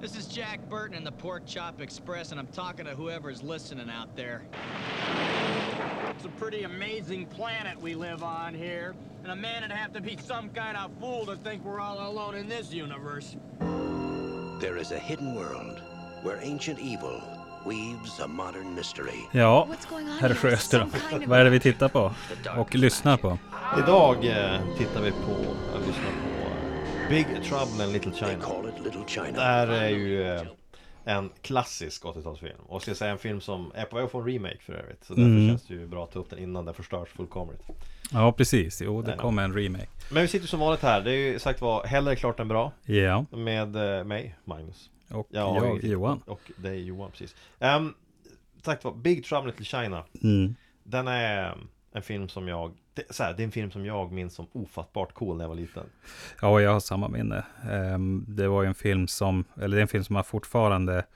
This is Jack Burton in the Pork Chop Express, and I'm talking to whoever's listening out there. It's a pretty amazing planet we live on here, and a man would have to be some kind of fool to think we're all alone in this universe. There is a hidden world where ancient evil weaves a modern mystery. Ja, herr Sjöström, vad är det vi tittar på och lyssnar på? Idag tittar vi på och lyssnar på Big Trouble in Little China. Det här är ju en klassisk 80-talsfilm. Och ska jag säga en film som är på väg att få en remake för övrigt. Så därför känns det ju bra att ta upp den innan den förstörs fullkomligt. Ja, precis. Jo, det kommer en remake. Men vi sitter som vanligt här. Det är ju sagt var hellre klart än bra. Ja. Med mig, Magnus. Och jag, Johan. Och det är Johan, precis. Sagt var, Big Trouble in Little China. Den är en film som det är en film som jag minns som ofattbart cool när jag var liten. Ja, jag har samma minne. Det var ju en film som, eller det är en film som man fortfarande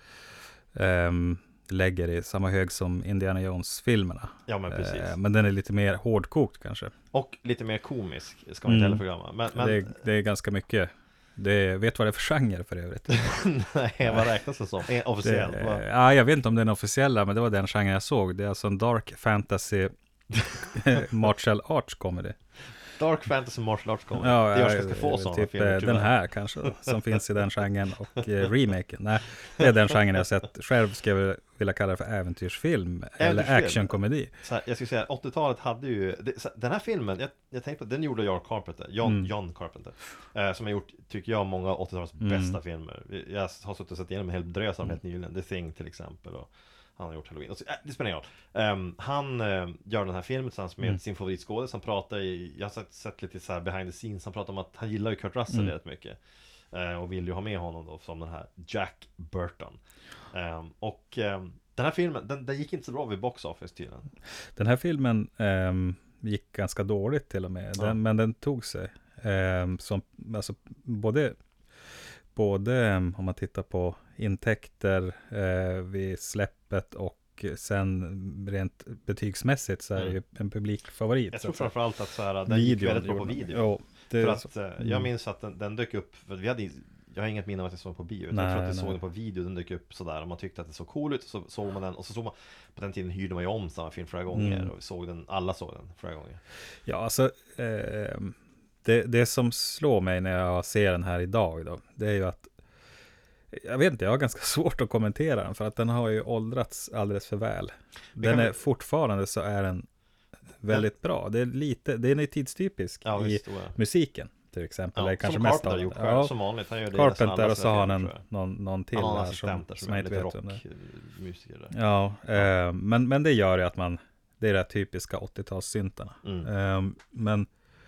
lägger i samma hög som Indiana Jones-filmerna. Ja, men precis. Men den är lite mer hårdkokt kanske. Och lite mer komisk, ska man inte heller förglömma. Men det är ganska mycket. Vet vad det är för genre för övrigt? Nej, vad räknas det som? Officiellt? Jag vet inte om det är en officiella, men det var den genre jag såg. Det är alltså en dark fantasy martial arts comedy. Dark fantasy martial arts comedy. Ja, det görs ganska få sådana typ filmer. Den här kanske, som finns i den genren. Och remaken. Nej, det är den genren jag har sett. Själv skulle jag vilja kalla det för äventyrsfilm. Eller actionkomedi. Jag skulle säga, 80-talet hade ju den här filmen, jag tänkte på, den gjorde John Carpenter. John Carpenter. Som har gjort, tycker jag, många av 80-talets bästa filmer. Jag har suttit och sett igenom en hel drös av helt nyligen. The Thing till exempel. Och han har gjort Halloween. Det spelar ingen roll. Han gör den här filmen tillsammans med sin favoritskådis. Han pratar jag har sett lite så här behind the scenes. Han pratar om att han gillar ju Kurt Russell rätt mycket. Och vill ju ha med honom då som den här Jack Burton. Den här filmen, den gick inte så bra vid box office tydligen. Den här filmen gick ganska dåligt till och med. Men den tog sig. Alltså både om man tittar på intäkter vid släppet och sen rent betygsmässigt så är det ju en publikfavorit. Jag tror framförallt att så här, den gick väldigt bra på video. För att jag minns att den dök upp, för jag har inget minne av att jag såg den på bio. Jag tror att jag såg den på video, den dök upp sådär och man tyckte att det såg cool ut, så såg man den, och så såg man, på den tiden hyrde man ju om samma film flera gånger och alla såg den flera gånger. Ja, alltså det som slår mig när jag ser den här idag då, det är ju att jag vet inte, jag har ganska svårt att kommentera den för att den har ju åldrats alldeles för väl. Fortfarande så är den väldigt bra. Den är tidstypisk i musiken till exempel. Ja, kanske som mest Carpenter har gjort själv, som vanligt. Han gör det Carpenter, och så har han någon till där som jag inte vet om det. Musiker där. Ja, men det gör ju att det är det typiska 80-talssyntarna. Men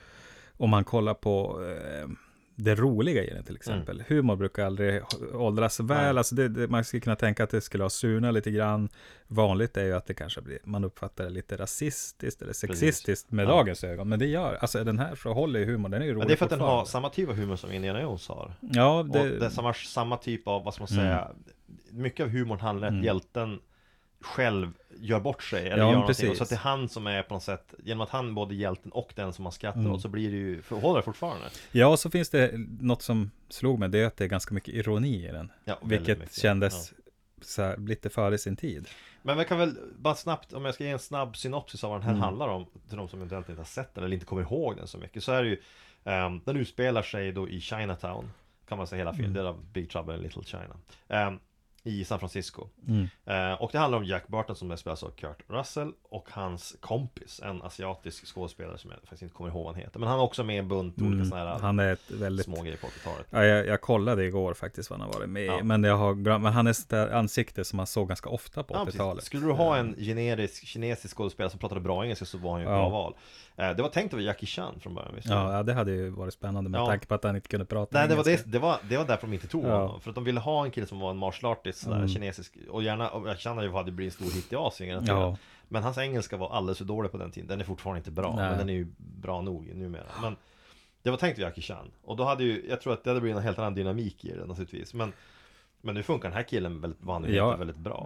om man kollar på det roliga i den till exempel. Humor brukar aldrig åldras väl. Alltså man skulle kunna tänka att det skulle ha surna lite grann. Vanligt är ju att det kanske man uppfattar det lite rasistiskt eller sexistiskt med dagens ögon. Men det gör, alltså den här så håller ju humor, den är ju rolig. Men det är för att den har samma typ av humor som Indiana Jones har. Ja, det är samma typ av, vad ska man säga, mycket av humorn handlar om att hjälten själv gör bort sig eller gör någonting, så att det är han som är på något sätt, genom att han både hjälten och den som man skrattar åt, så blir det ju, håller det fortfarande. Ja, och så finns det något som slog mig, det är att det är ganska mycket ironi i den, vilket kändes så här, lite före sin tid. Men vi kan väl bara snabbt, om jag ska ge en snabb synopsis av vad den här handlar om till de som eventuellt inte har sett den eller inte kommer ihåg den så mycket, så är det ju den utspelar sig då i Chinatown, kan man säga, hela filmen, det är Big Trouble in Little China. I San Francisco. Och det handlar om Jack Burton som spelas av Kurt Russell och hans kompis, en asiatisk skådespelare som jag faktiskt inte kommer ihåg vad han heter. Men han är också med i en bunt olika såna här, han är ett väldigt små grejer på 80-talet. Ja, jag kollade igår faktiskt vad han har varit med i, men men han är ett där ansikte som man såg ganska ofta på 80-talet. Skulle du ha en kinesisk skådespelare som pratade bra engelska, så var han ju ett bra val. Det var tänkt att vara Jackie Chan från början. Ja, det hade ju varit spännande med tanke på att han inte kunde prata engelska. Det var därför de inte tog honom. För att de ville ha en kille som var en martial artist, kinesisk. Och Jackie Chan hade blivit en stor hit i Asien. Men hans engelska var alldeles för dålig på den tiden. Den är fortfarande inte bra, men den är ju bra nog numera. Men det var tänkt att Jackie Chan. Och då hade jag tror att det hade blivit en helt annan dynamik i det naturligtvis. Men nu funkar den här killen väldigt bra.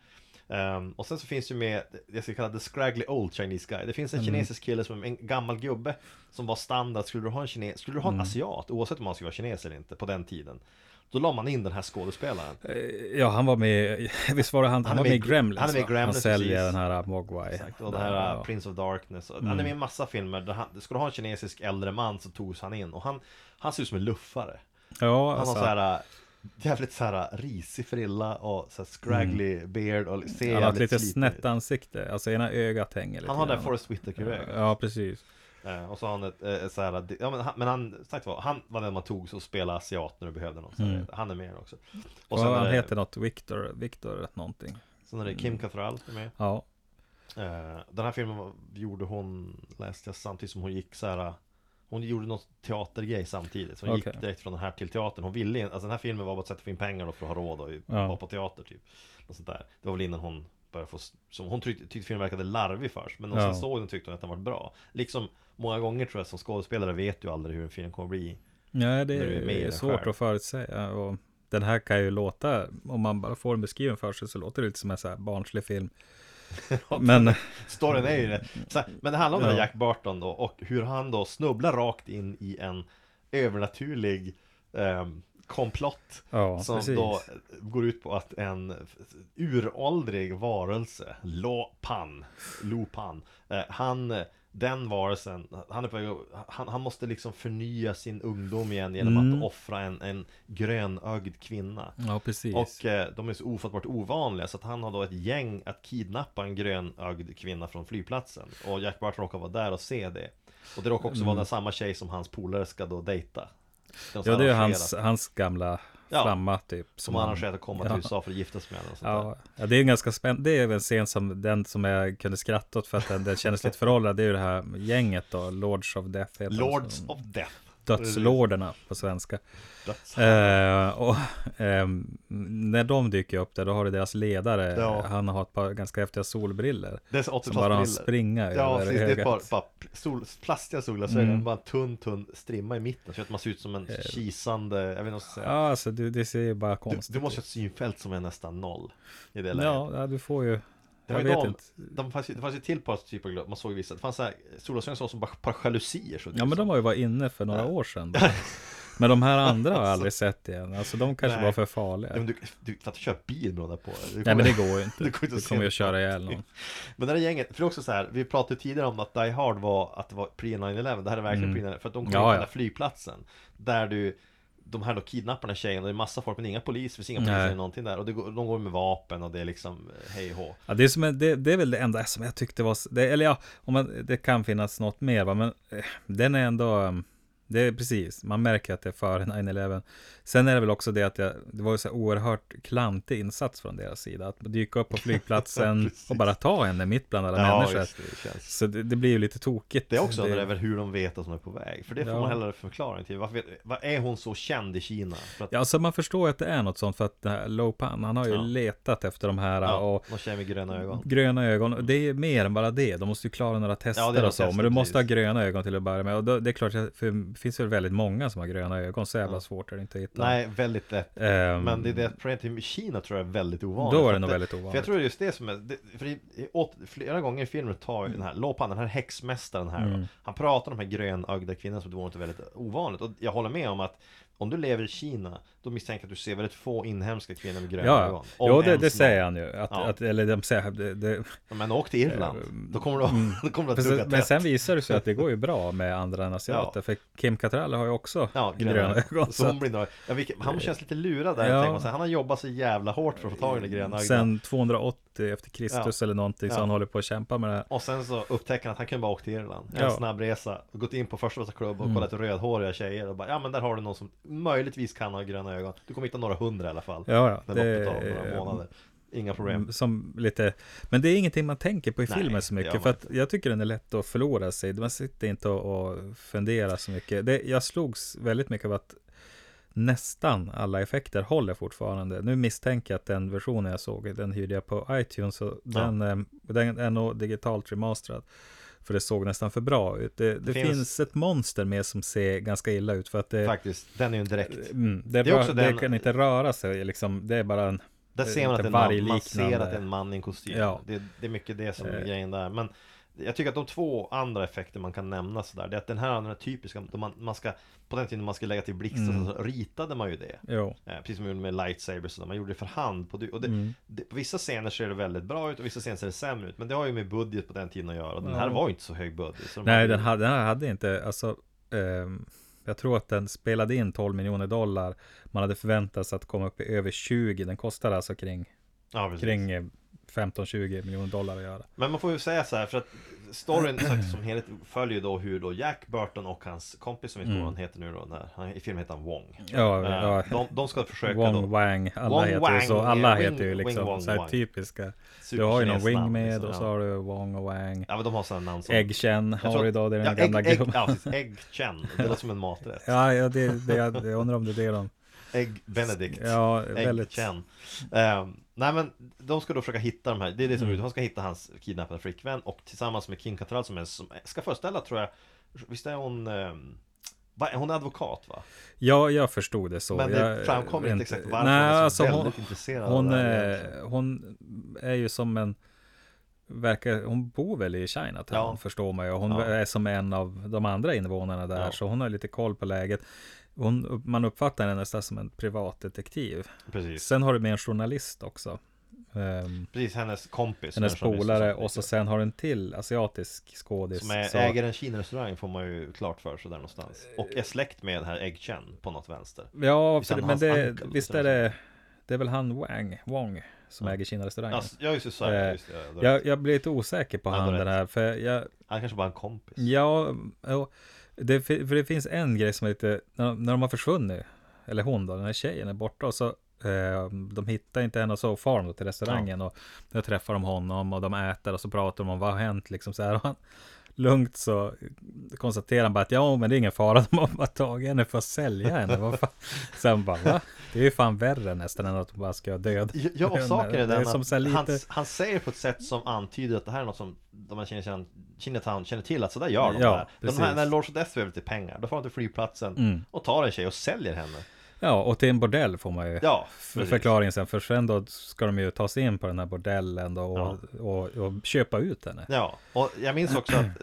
Och sen så finns ju med, jag ska kalla det scraggly old Chinese guy. Det finns en kinesisk kille som en gammal gubbe som var standard. Skulle du ha en asiat, oavsett om man skulle vara kines eller inte på den tiden, Då la man in den här skådespelaren. Ja, han var med, visst var det han var med i Gremlins, han är med i Gremlins, han säljer precis. den här Mogwai. Exakt, och den här Prince of Darkness. Han är med i massa filmer där ska du ha en kinesisk äldre man så togs han in. Och han ser ut som en luffare. Ja, Han alltså, har så här jävligt så här risig frilla och så här scraggly beard och ser han har ett jävligt lite sliten snett ut. ansikte, alltså ena ögat hänger lite Han har det grann. Forrest Whitaker-ögat. Ja, precis. Och så har han ett så här, ja, men han, sagt vad, han var den man tog så spela asiat när du behövde någon. Så han är med också. Och sen han är heter något Victor någonting. Sen är det Kim Cattrall som är med. Ja. Den här filmen gjorde hon, läste jag, samtidigt som hon gick så här. Hon gjorde något teatergrej samtidigt. Så hon gick direkt från den här till teatern. Hon ville, alltså den här filmen var bara att sätta in pengar då för att ha råd och vara på teater typ. Och sånt där. Det var väl innan hon började få, som hon tyckte filmen verkade larvig först. Men sen såg den tyckte hon att den var bra. Liksom många gånger tror jag som skådespelare vet du aldrig hur en film kommer bli. Ja, det är svårt att förutsäga. Och den här kan ju låta, om man bara får en beskriven för sig så låter det lite som en så här barnslig film. Men storyn är ju det. Men det handlar om den här Jack Burton då, och hur han då snubblar rakt in i en övernaturlig komplott som precis. Då går ut på att en uråldrig varelse, Lupan, den varelsen, han måste liksom förnya sin ungdom igen genom att offra en grönögd kvinna. Ja, precis. Och de är så ofattbart ovanliga så att han har då ett gäng att kidnappa en grönögd kvinna från flygplatsen. Och Jack Burton råkar vara där och se det. Och det råkar också vara den samma tjej som hans polare ska då dejta. Ja, det är hans gamla flamma typ. Som han arrangerat att komma till USA för att giftas med henne. Ja, det är en ganska spännande. Det är väl en scen som den som jag kunde skratta åt för att den kändes lite föråldrad. Det är ju det här gänget då, Lords of Death heter Lords of Death. Dödslorderna på svenska. Och när de dyker upp där, då har du deras ledare. Han har ett par ganska häftiga solbriller. Det är som bara har springa över det är bara plastiga solglasögon. Bara en tunn strimma i mitten. Så att man ser ut som en kisande, jag vet inte säga. Ja, alltså det ser ju bara konstigt. Du måste ha ett synfält som är nästan noll i det läget. Ja, du får ju. Det fanns ju till på typ av, man såg vissa. Det fanns så här solglasögon som bara par jalusier. Ja, men de har ju varit inne för några år sedan. Men de här andra har jag aldrig sett igen. Alltså de kanske var för farliga. Men du kan inte köra bil med dem där på. Nej, men det går ju inte. Du kommer ju att köra ihjäl någon. Men det här gänget, för det är också så här, vi pratade tidigare om att Die Hard var pre-9/11. Det här är verkligen pre-9/11. För att de kom på den här flygplatsen. Där de här då kidnapparna tjejerna, det är massa folk men inga poliser, finns inga poliser eller någonting där. Och de går med vapen och det är liksom hej och hå. Ja, det är väl det enda som jag tyckte var det kan finnas något mer va, men den är ändå det är precis, man märker att det är före 9/11. Sen är det väl också det att det var ju så oerhört klantig insats från deras sida. Att dyka upp på flygplatsen och bara ta henne mitt bland alla människor. Det så det blir ju lite tokigt. Det är också över hur de vet att de är på väg. För det får man heller förklaring till. Vad är hon så känd i Kina? För att... Ja, så man förstår att det är något sånt. För att Lopan, han har ju letat efter de här. Och de tjejer med gröna ögon. Gröna ögon, det är mer än bara det. De måste ju klara några tester och så. Men du måste ha gröna ögon till att börja med. Och då, det är klart, för det finns ju väldigt många som har gröna ögon. Så jävla svårt är det inte att hitta. Nej, väldigt lätt. Men det är det i Kina tror jag är väldigt ovanligt. Då är det nog väldigt ovanligt. För jag tror just det som är flera gånger i filmen tar den här Lopan, den här häxmästaren här han pratar om de här grönögda kvinnorna som det var inte väldigt ovanligt. Och jag håller med om att om du lever i Kina, då misstänker att du ser väldigt få inhemska kvinnor med gröna ögon. Ja, det säger han ju. Eller de säger... Men åk till Irland, då kommer du att tugga. Men sen visar det sig att det går ju bra med andra än asiater. För Kim Cattrall har ju också gröna ögon. Så han känns lite lurad där. Han har jobbat så jävla hårt för att få tag i den gröna ögon. Sen 280 efter Kristus eller någonting, så han håller på att kämpa med det här. Och sen så upptäcker han att han kan bara åka till Irland. En snabb resa, gått in på första bästa klubb och kollat rödhåriga tjejer och bara, men där har du någon som möjligtvis kan ha gröna ögon. Du kommer hitta några hundra i alla fall. Det av några månader. Inga problem. Men det är ingenting man tänker på i filmen så mycket. För att jag tycker den är lätt att förlora sig. Man sitter inte och funderar så mycket. Jag slogs väldigt mycket av att nästan alla effekter håller fortfarande. Nu misstänker jag att den versionen jag såg, den hyrde jag på iTunes. Och den är nog digitalt remasterad. För det såg nästan för bra ut. Det finns ett monster med som ser ganska illa ut. För att faktiskt, den är ju en direkt. Det kan inte röra sig. Liksom, det är bara en... Där ser man att man ser att det är en man i en kostym. Det är mycket det som är grejen där. Men jag tycker att de två andra effekter man kan nämna sådär, det är att den här typiska, man ska, på den tiden man ska lägga till blixtar så ritade man ju det. Jo. Precis som man gjorde med lightsabers, så man gjorde det för hand på på vissa scener ser det väldigt bra ut och vissa scener ser det sämre ut, men det har ju med budget på den tiden att göra, och den här var ju inte så hög budget, så nej, den hade inte, alltså jag tror att den spelade in $12 miljoner. Man hade förväntat sig att komma upp i över 20. Den kostade alltså kring 15-20 miljoner dollar att göra. Men man får ju säga så här, för att storyn som helhet följer då hur då Jack Burton och hans kompis, som han heter nu då, i filmen heter han Wong. Ja. De ska försöka Wong, då. Wang, alla heter ju så. Alla heter ju liksom så här typiska. Du har ju någon Wing med liksom, och så har du Wong och Wang. Ja, men de har sådana namn som Egg Chen har du då, det är den gamla gubben. Ja, precis, Egg Chen. Det låter som en maträtt. Ja, jag undrar om det är det de... Egg Benedict. Ja, Egg väldigt... Chen. Nej, men de ska då försöka hitta de här. Det är det som de ska hitta hans kidnappade flickvän, och tillsammans med Kim Cattrall som ska föreställa, tror jag. Visst är hon... hon är advokat, va? Ja, jag förstod det så. Men det framkommer inte exakt varför nej, hon är så alltså väldigt intresserad av det här. Hon är ju som en... hon bor väl i Chinatown, förstår man ju. Hon är som en av de andra invånarna där, så hon har lite koll på läget. Man uppfattar henne nästan som en privatdetektiv. Precis. Sen har du med en journalist också. Precis, hennes kompis. Hennes polare, och så sen har du en till asiatisk skådis. Som äger en Kina-restaurang, får man ju klart för sig där någonstans. Och är släkt med den här Egg Chen på något vänster. Ja, men visst är det är väl han Wong som äger Kina-restaurangen. Ja, just det. Jag blir lite osäker på han den här. För han kanske bara en kompis. Ja, för det finns en grej som är lite, när de har försvunnit, eller hon då, den här tjejen är borta, och så de hittar inte henne, och så far de till restaurangen, och då träffar de honom och de äter, och så pratar de om vad har hänt liksom så här, och han lugnt så konstaterar han bara att men det är ingen fara, de har bara tagit henne för att sälja henne. Sen bara, va? Det är ju fan värre nästan än att de bara ska döda. Ja, saken är den att lite... han säger på ett sätt som antyder att det här är något som de Chinatown känner till, att så där gör de ja, de här. När Lords of Death behöver lite pengar, då får han till flygplatsen och tar en tjej och säljer henne. Ja, och till en bordell får man ju förklaringen sen. För sen då ska de ju ta sig in på den här bordellen då, och köpa ut henne. Ja, och jag minns också att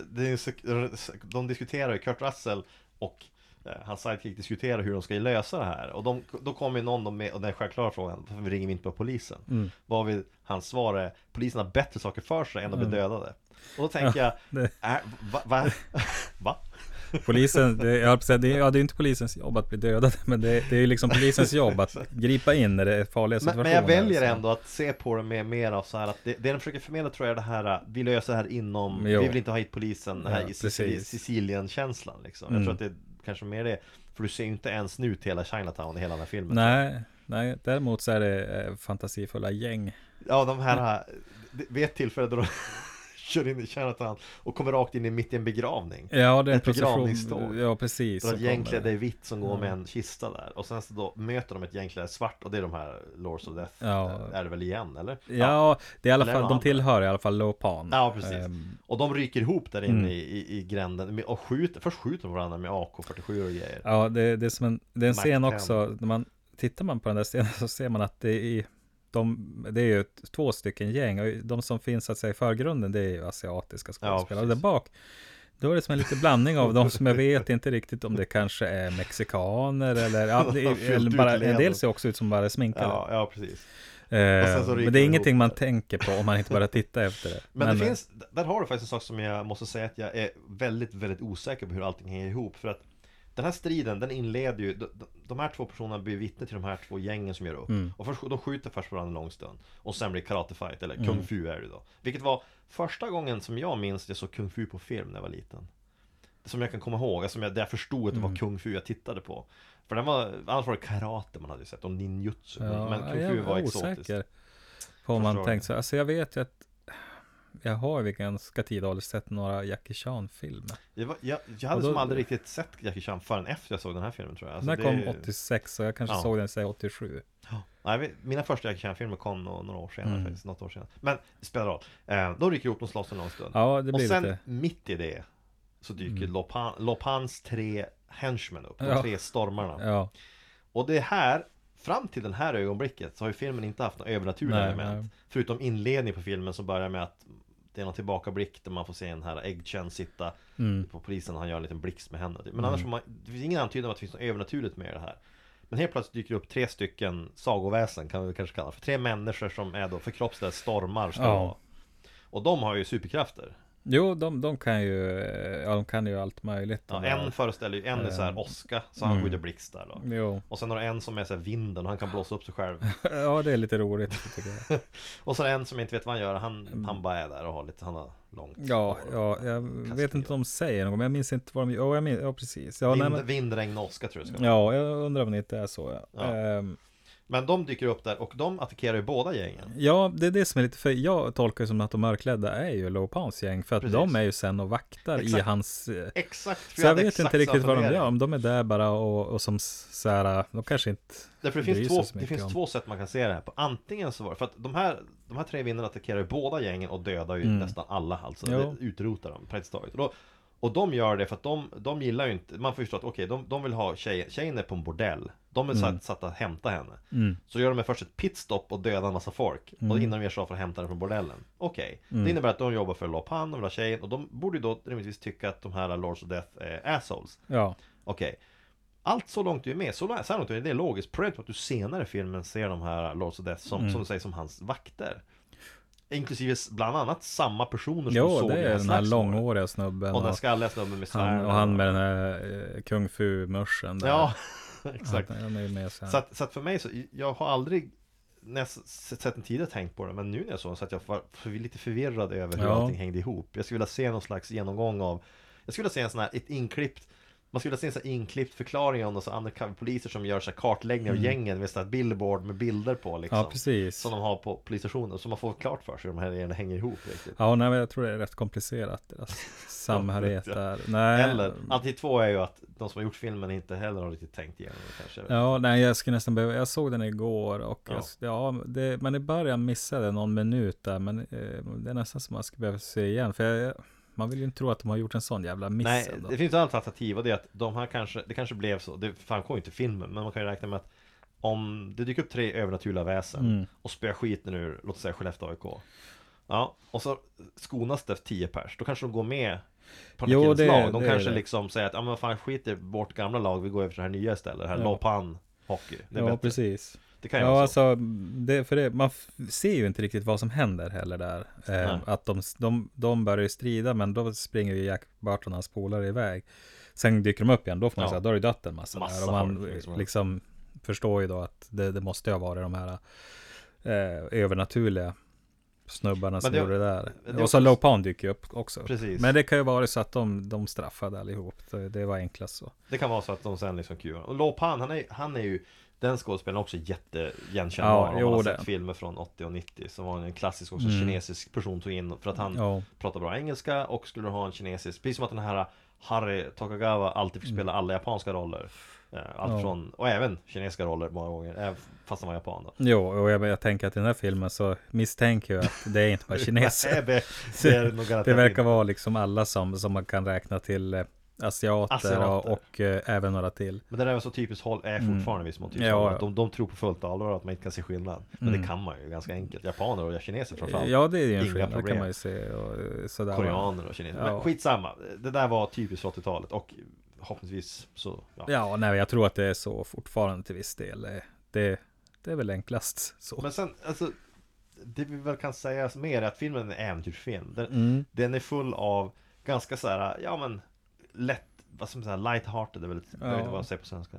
de diskuterar, Kurt Russell och hans sidekick diskuterar hur de ska lösa det här. Och då kommer ju någon med, och den självklara frågan, varför ringer vi inte på polisen? Hans svar är, polisen har bättre saker för sig än att bli dödade. Och då tänker jag, va? Polisen, det är inte polisens jobb att bli dödad, men det är ju liksom polisens jobb att gripa in när det är farliga situationer. Men jag väljer ändå att se på det med mer av så här, att det den försöker förmedla, tror jag, det här, vi löser det här inom, vi vill inte ha hit polisen, den här Sicilien-känslan liksom. Jag tror att det är kanske mer det, för du ser ju inte ens nu till hela Chinatown i hela den här filmen. Nej, däremot så är det fantasifulla gäng. Ja, de här vid ett tillfälle då kör in i Chinatown och kommer rakt in mitt i en begravning. Ja, det är ett begravningståg. Ja, precis. Det är ett gängklädda i vitt som går med en kista där. Och sen så då möter de ett gängklädda svart, och det är de här Lords of Death. Är det väl igen, eller? Ja, det är i alla fall, de tillhör i alla fall Lo Pan. Ja, precis. Och de ryker ihop där inne i gränden och först skjuter de varandra med AK-47 och grejer. Ja, det är som en scen också. När tittar man på den där scenen så ser man att det är ju 2 stycken gäng, och de som finns så att säga i förgrunden, det är ju asiatiska skådespelare, och där bak då är det som en lite blandning av dem som jag vet inte riktigt om det kanske är mexikaner eller, eller bara, en del ser också ut som bara sminkade. Ja, precis. Men det är ingenting man tänker på om man inte bara tittar efter det. Men det finns, där har du faktiskt en sak som jag måste säga att jag är väldigt, väldigt osäker på hur allting hänger ihop, för att den här striden, den inleder ju, de här 2 personerna blir vittne till de här 2 gängen som gör upp. Och de skjuter först varandra en lång stund, och sen blir karatefight, eller kung fu är det då. Vilket var första gången som jag minns jag såg kung fu på film när jag var liten. Som jag kan komma ihåg, där jag förstod att det var kung fu jag tittade på. För annars var det karate man hade sett, och ninjutsu. Men kung fu var exotiskt. Osäker på om man tänkt så. Alltså jag vet ju att jag har ju ganska tidigt sett några Jackie Chan-filmer. Jag hade som aldrig riktigt sett Jackie Chan förrän efter jag såg den här filmen, tror jag. Alltså den kom 86, och jag kanske såg den sig 87. Nej, mina första Jackie Chan-filmer kom några år senare, faktiskt, något år senare. Men det spelar roll. Då rycker ihop, de slåss en lång stund. Ja, det blir och sen lite... mitt i det så dyker Lo Pans 3 henchmen upp, de 3 stormarna. Ja. Och det här, fram till den här ögonblicket, så har ju filmen inte haft några övernaturliga element. Förutom inledning på filmen som börjar med att det är någon tillbakablick där man får se en här Egg Chen sitta på polisen och han gör en liten blixt med henne. Men annars får man, det finns ingen antydan om att det finns något övernaturligt med det här. Men helt plötsligt dyker det upp 3 stycken sagoväsen, kan vi kanske kalla för 3 människor som är då förkroppsligade stormar ska vara. Och de har ju superkrafter. Jo, de kan ju, de kan ju allt möjligt. Ja, en föreställer ju, en är så här Oskar, så han skjuter blixtar då. Jo. Och sen har du en som är så här vinden och han kan blåsa upp sig själv. Ja, det är lite roligt tycker jag. Och så en som inte vet vad han gör, han bara är där och har lite, han har långt. Ja, jag vet inte om de säger något, men jag minns inte vad de gör. Ja, precis. Ja, Vindregn och Oskar tror jag ska. Ja, jag undrar om det inte är så. Ja. Men de dyker upp där och de attackerar ju båda gängen. Ja, det är det som är lite, för jag tolkar som att de mörklädda är ju Lo Pans gäng, för att de är ju sen och vaktar i hans... Exakt. Så jag vet inte riktigt vad de gör, om de är där bara och som så här, de kanske inte... Därför det finns två sätt man kan se det här på. Antingen så var det, för att de här 3 vinnarna attackerar ju båda gängen och dödar ju nästan alla, alltså det utrotar dem praktiskt taget. Och de gör det för att de gillar ju inte, man får förstå att okej, de vill ha tjejen är på en bordell. De är satt att hämta henne. Så gör de först ett pitstop och dödar en massa folk. Och innan de gör så för att hämta henne från bordellen. Okej. Det innebär att de jobbar för Lo Pan, de vill ha tjejen. Och de borde ju då rimligtvis tycka att de här Lords of Death är assholes. Ja. Okej. Allt så långt du är med, så långt är det logiskt. Problemet är att du senare i filmen ser de här Lords of Death som du säger som hans vakter. Inklusive bland annat samma personer som såg det är den här långhåriga snubben. Och den skalliga snubben med svärd. Och han med den här kung fu-mörsen där. Ja, exakt. Han är med sen. Så att för mig så, jag har aldrig när jag sett en tidigare tänkt på det, men nu när jag så att jag var lite förvirrad över hur allting hängde ihop. Jag skulle vilja se någon slags genomgång av, jag skulle vilja se en sån här, man skulle vilja se en sån här inklippt förklaring om så andra poliser som gör så här kartläggning av gängen med sån här billboard med bilder på liksom. Ja, precis. Som de har på polisstationen, så man får klart för sig hur de här grejerna hänger ihop riktigt. Ja, nej, men jag tror det är rätt komplicerat, deras samhörighet där. Nej. Eller, alltid 2 är ju att de som har gjort filmen inte heller har riktigt tänkt igenom det kanske. Ja, nej, jag skulle nästan behöva, jag såg den igår och men i början missade någon minut där, men det är nästan som man skulle behöva se igen, för man vill ju inte tro att de har gjort en sån jävla miss. Nej, ändå. Det finns ett annat alternativ, och det är att de här det kanske blev så, det framgår inte i filmen, men man kan ju räkna med att om det dyker upp 3 övernaturliga väsen och spöar skiten ur, låt oss säga Skellefteå AIK. Ja, och så skonas det 10 pers, då kanske de går med på den lag. De kanske liksom säger att, ja men fan, skit i vårt gamla lag, vi går över till det här nya istället, det här Lo Pan hockey. Det är bättre. Precis. Det kan ju vara så. Alltså, man ser ju inte riktigt vad som händer heller där. Att de börjar ju strida, men då springer ju Jack Barton och hans polare iväg. Sen dyker de upp igen, då får man säga, då har det dött en massa där. Och man liksom förstår ju då att det måste ha varit de här övernaturliga snubbarna som gjorde det där. Och så Lo Pan dyker upp också. Precis. Men det kan ju vara så att de straffade allihop. Det var enklast så. Det kan vara så att de sen liksom kuvar. Och Lo Pan, han är ju den skådespelaren också jätteigenkännbar. Om man har sett filmer från 80 och 90, som var en klassisk också kinesisk person tog in för att han pratar bra engelska och skulle ha en kinesisk, precis som att den här Harry Tokugawa alltid fick spela alla japanska roller. Allt från, och även kinesiska roller många gånger, fast han var japan då. Jo, och jag tänker att i den här filmen så misstänker jag att det är inte bara kineser. det verkar vara liksom alla som man kan räkna till asiater. Och även några till. Men det där är så typiskt håll är fortfarande viss mån att de tror på fullt allvar att man inte kan se skillnad. Men det kan man ju ganska enkelt. Japaner och kineser framförallt. Ja, det är ju en skillnad, kan man ju se. Och sådär. Koreaner och kineser. Men skitsamma. Det där var typiskt 80-talet och förhoppningsvis så. Ja, nej, jag tror att det är så fortfarande till viss del. Det är väl enklast så. Men sen, alltså, det vi väl kan säga mer är att filmen är en äventyrsfilm. Den är full av ganska så här, ja men lätt, vad som säger, light-hearted, det är väl, jag vet inte vad jag säger på svenska.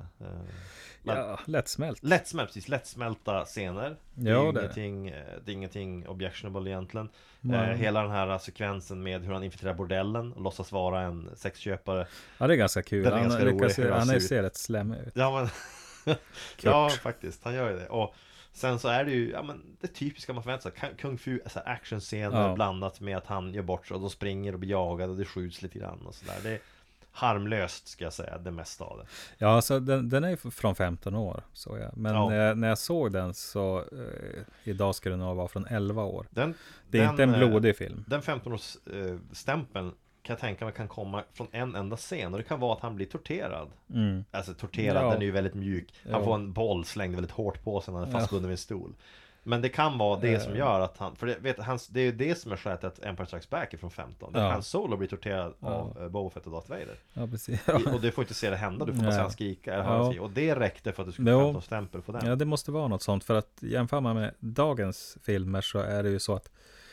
Lättsmälta scener. Det är ingenting objectionable egentligen. Hela den här sekvensen med hur han infiltrerar bordellen och låtsas vara en sexköpare. Ja, det är ganska kul. Han ser rätt slem ut. Ja, men ja, faktiskt, han gör ju det. Och sen så är det ju, ja men det typiska man förväntar sig, kung fu, alltså actionscener blandat med att han gör bort sig och de springer och blir jagade och det skjuts lite grann och sådär. Det är harmlöst, ska jag säga, det mesta av det. Ja, alltså den är ju från 15 år, så jag. Men när jag såg den så idag ska den nog vara från 11 år. Det är inte en blodig film. Den 15-års stämpeln kan jag tänka mig kan komma från en enda scen, och det kan vara att han blir torterad. Alltså torterad, den är ju väldigt mjuk. Han får en boll slängd väldigt hårt på sig när han är fastbunden vid en stol. Men det kan vara det som gör att han, för det är ju det som är skälet att Empire Strikes Back är från 15. Där Han Solo blir torterad av Boba Fett och Darth Vader. Ja, precis. Och du får inte se det hända, du får bara se han skrika eller höra och det räckte för att du skulle få 15-stämpel på den. Ja, det måste vara något sånt, för att jämföra med dagens filmer så är det ju så att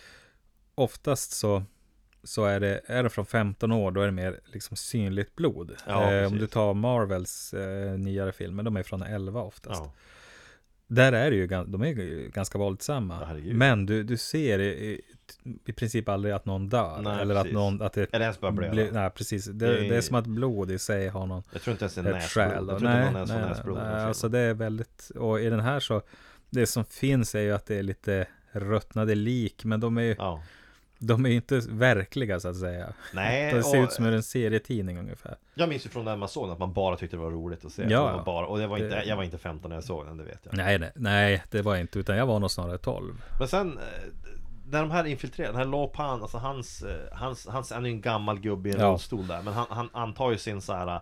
oftast så är det från 15 år, då är det mer liksom synligt blod. Om du tar Marvels nyare filmer, de är från 11 oftast. Ja. Där är det ju, de är ju ganska våldsamma. Men du ser i princip aldrig att någon dör. Nej, eller precis. att någon, att det eller ens bara blöda. Nej, precis. Det är som att blod i sig har någon. Jag tror inte ens det är ett skäl. Nej, alltså det är väldigt, och i den här så, det som finns är ju att det är lite ruttnade lik, men de är ju de är ju inte verkliga så att säga. Nej, det ser ut som en serietidning ungefär. Jag minns ju från när man såg att man bara tyckte det var roligt att se. Och jag var inte 15 när jag såg den, det vet jag. Nej, det var inte, utan jag var nog snarare 12. Men sen när de här infiltrerar, den här Lopan, alltså hans han är ju en gammal gubbe i en rullstol där, men han antar ju sin så här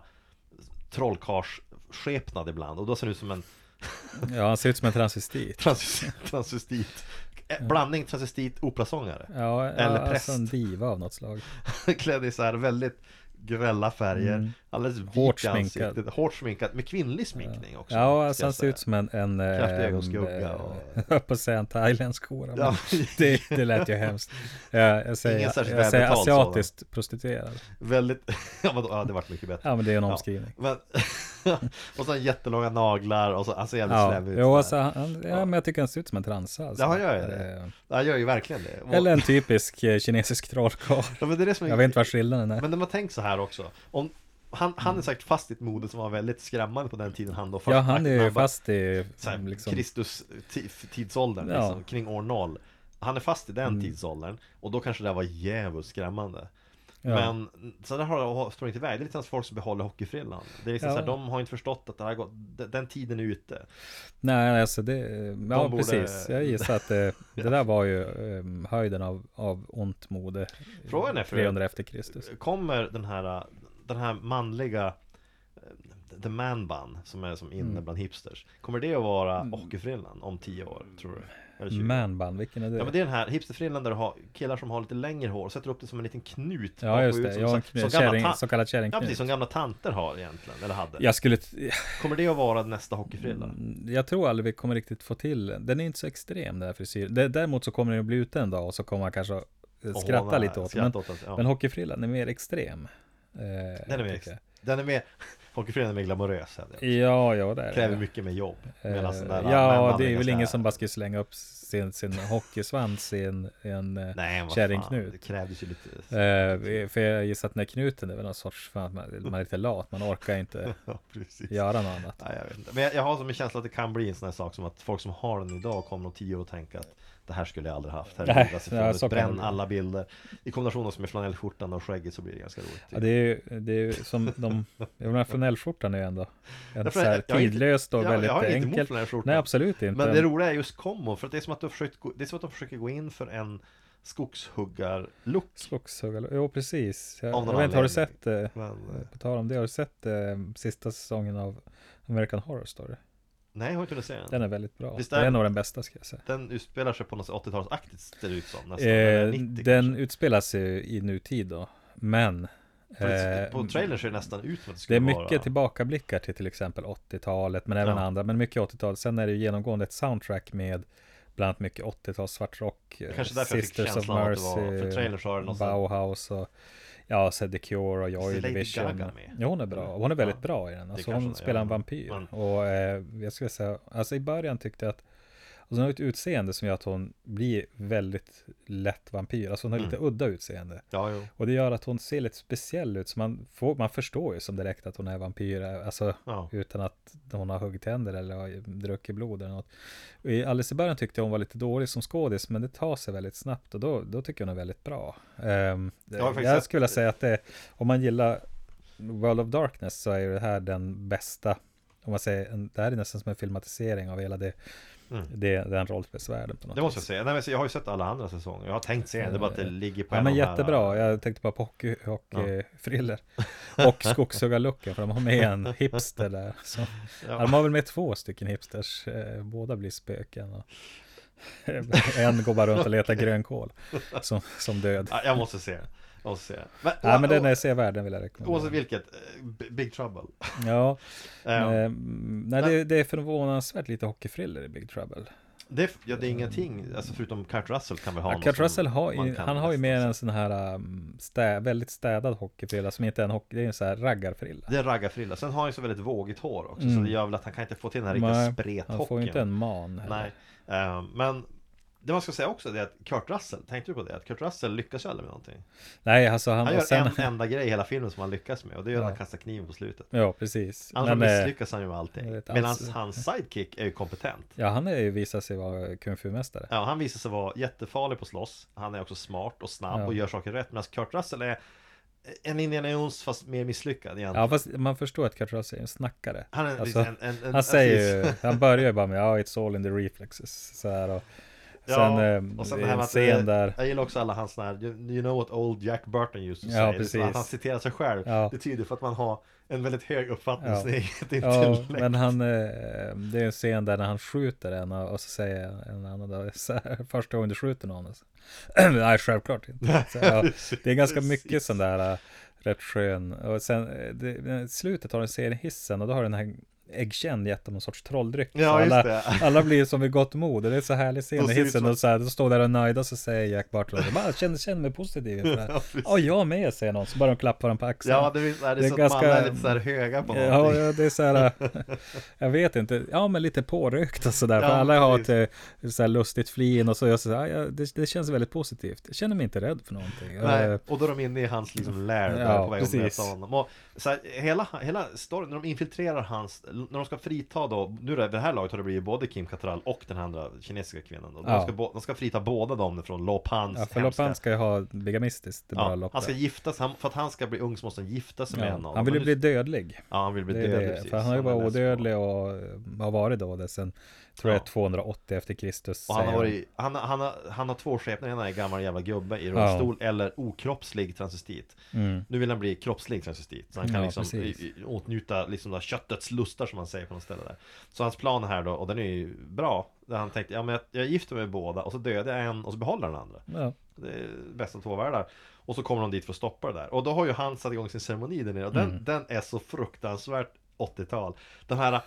trollkarlsskepnad ibland, och då ser det ut som en han ser ut som en transvestit. Transvestit. Blandning transvestit operasångare. Eller präst. Alltså en diva av något slag. Klädd i så här väldigt grälla färger. Alldeles hårt sminkad. Hårt sminkad med kvinnlig sminkning också. Ja, alltså han ser ut som en kraftig ögonskugga på att säga en thailändsk hora. Det lät ju hemskt. Jag säger asiatiskt prostituerad. Väldigt, ja det vart mycket bättre. Ja, men det är en omskrivning. Men, och så jättelånga naglar och så, alltså jävligt släv ut. Alltså, men jag tycker han ser ut som en transa. Alltså. Ja, han gör ju det. Han gör ju verkligen det. Eller en typisk kinesisk trollkarl. Jag vet inte vad skillnaden är. Men de har tänkt så här också. Om han är säkert fast i ett mode som var väldigt skrämmande på den tiden han då först. Ja, han är ju fast i liksom, Kristus tidsåldern liksom, kring år 0. Han är fast i den tidsåldern, och då kanske det var jävligt skrämmande. Men så där står inte iväg. Det är lite som folk som behåller hockeyfrillan. Det är liksom så här, de har inte förstått att det här gått, den tiden är ute. Nej, alltså precis. Jag gissar att det där var ju höjden av ont mode. Frågan är 300 efter Kristus. Kommer den här manliga the man bun som är som inne bland hipsters, kommer det att vara hockeyfrillan om 10 år, tror du? Man bun, vilken är det? Ja, men det är den här hipsterfrillan där du har killar som har lite längre hår och sätter upp det som en liten knut. Ja, just det. Så kallad kärringknut. Ja, precis, som gamla tanter har egentligen, eller hade. Kommer det att vara nästa hockeyfrilla? Jag tror aldrig vi kommer riktigt få till den. Är inte så extrem, den här frisyr. Däremot så kommer den att bli ute en dag, och så kommer man kanske skratta lite åt den. Men hockeyfrillan är mer extrem. Den är mer hockeyfrillan är mer glamorös. Ja, det är kräver mycket mer jobb. Det är väl ingen som bara ska slänga upp sin hockeysvans i en kärringknut. Det krävdes ju lite. För jag gissar att den här knuten är väl någon sorts, man är lite lat, man orkar inte göra något annat. Nej, jag vet inte. Men jag har som en känsla att det kan bli en sån här sak som att folk som har den idag kommer om 10 år och tänka att det här skulle jag aldrig haft. Bränn alla bilder. I kombination med flanellskjortan och skägget så blir det ganska roligt. Ja, det är ju som flanellskjortan är ju ändå så här tidlöst och väldigt enkelt. Nej, absolut inte. Men det roliga är just kombo, för att det är som att de försöker gå in för en skogshuggar-look. Jo, precis. Jag vet inte, har du sett på tal om det, har du sett sista säsongen av American Horror Story? Nej, jag har inte hunnit se den. Den är väldigt bra. Det är nog den bästa, ska jag säga. Den utspelar sig på något 80-talsaktigt, ser det ut som nästan. 90, den utspelar sig i nutid då. Men på trailern ser det nästan ut som att det skulle vara. Det är mycket tillbakablickar till exempel 80-talet, men även andra. Men mycket 80-talet. Sen är det genomgående ett soundtrack med bland annat mycket 80-tals svartrock. Kanske därför Sisters jag fick känslan av att det var, för trailern så har det något Bauhaus och så The Cure och Joy Division. Ja, hon är bra. Hon är väldigt bra i den. Alltså, hon spelar en vampyr. Och jag skulle säga, alltså i början tyckte jag att hon har ett utseende som gör att hon blir väldigt lätt vampyr. Alltså hon har lite udda utseende. Och det gör att hon ser lite speciell ut. Så man förstår ju som direkt att hon är vampyr. Alltså utan att hon har huggtänder eller har druckit blod eller något. Och alldeles i början tyckte jag hon var lite dålig som skådis, men det tar sig väldigt snabbt. Och då tycker jag hon är väldigt bra. Jag skulle säga att om man gillar World of Darkness så är det här den bästa. Om man säger, det här är nästan som en filmatisering av hela den rollspelsvärlden på något det måste jag säga. Nej, jag har ju sett alla andra säsonger. Jag har tänkt se det är bara att det ligger på men jättebra. Jag tänkte bara på hockeyfriller och skogshuggarluckan, för de har med en hipster där. Så. De har väl med 2 stycken hipsters. Båda blir spöken. En går bara runt och letar grönkål som död. Ja, jag måste se. Men, Ja, men den är sevärd, den vill jag rekommendera. Oavsett vilket, Big Trouble. Ja, Nej, det är förvånansvärt lite hockeyfriller i Big Trouble. det är ingenting, alltså förutom Kurt Russell kan vi ha något Kurt som Russell man kan han har ju mer nästan en sån här väldigt städad hockeyfrilla som inte är en hockey, det är en sån här raggarfrilla. Det är raggarfrilla. Sen har han ju så väldigt vågigt hår också, så det gör väl att han kan inte få till den här riktiga sprethockeyn. Han får ju inte en man heller. Nej, men det man ska säga också är att Kurt Russell, tänkte du på det? Att Kurt Russell lyckas ju aldrig med någonting. Nej, alltså Han gör sen, en enda grej i hela filmen som han lyckas med, och det är att han kastar kniven på slutet. Ja, precis. Annars misslyckas han ju med allting. vet, Medan hans sidekick är ju kompetent. Ja, han är ju visat sig vara kung fu-mästare. Ja, han visar sig vara jättefarlig på slåss. Han är också smart och snabb och gör saker rätt. Medan Kurt Russell är en Indiana Jones fast mer misslyckad egentligen. Ja, fast man förstår att Kurt Russell är en snackare. Han är alltså, en han säger ju, han börjar ju bara med it's all in the reflexes så här, och sen, och sen det här med att scen där. Jag gillar också alla hans såna här, you know what old Jack Burton used to say. Ja, precis. Att han citerar sig själv. Ja. Det tyder för att man har en väldigt hög uppfattning Ja. av sin eget intellekt. Men han, det är en scen där när han skjuter en och så säger en annan dag, så här, första gången du skjuter någon. Så. Nej, självklart inte. Så, ja, det är ganska mycket sån där rätt skön. Och sen slutet har den serien hissen och då har den här Äggkänn gett dem någon sorts trolldryck. Ja, alla, just det. alla blir som vid gott mod. Det är så härlig scen i hissen som... och så här, då står där och nöjda så säger Jack Barton bara känner mig positiv inför det här. Ja, jag med, säger någon. Så bara de klappar dem på axeln. Ja, det är så ganska... att man är lite så här höga på någonting. Ja, det är så här, jag vet inte. Ja, men lite pårökt och sådär. För alla har ett så här lustigt flin och så. Jag så här, det känns väldigt positivt. Jag känner mig inte rädd för någonting. Nej, och då är de inne i hans liksom lär ja, på väg att möta honom. Och så här, hela storyn, när de infiltrerar hans, när de ska frita då, nu är det här laget har det blivit både Kim Cattrall och den andra kinesiska kvinnan då. De ska frita båda dem från Lo Pans. Ja, för Lo Pan ska ju ha bigamistiskt han ska gifta sig, för att han ska bli ung så måste han gifta sig med henne. Han vill ju bli dödlig. Ja, han vill bli dödlig, precis. För han har ju varit odödlig och har varit då det sen, tror jag, 280 efter Kristus. Och han har två skepnader, ena är gammal jävla gubbe i rullstol eller okroppslig transvestit. Nu vill han bli kroppslig transvestit, så han kan liksom åtnjuta liksom där köttets lustar som man säger på något ställe där. Så hans plan här då, och den är ju bra, där han tänkte, ja men jag gifter mig med båda och så dödar jag en och så behåller den andra. Ja. Det är bästa två världar. Och så kommer de dit för att stoppa det där. Och då har ju han satt igång sin ceremoni där nere, och den är så fruktansvärt 80-tal. Den här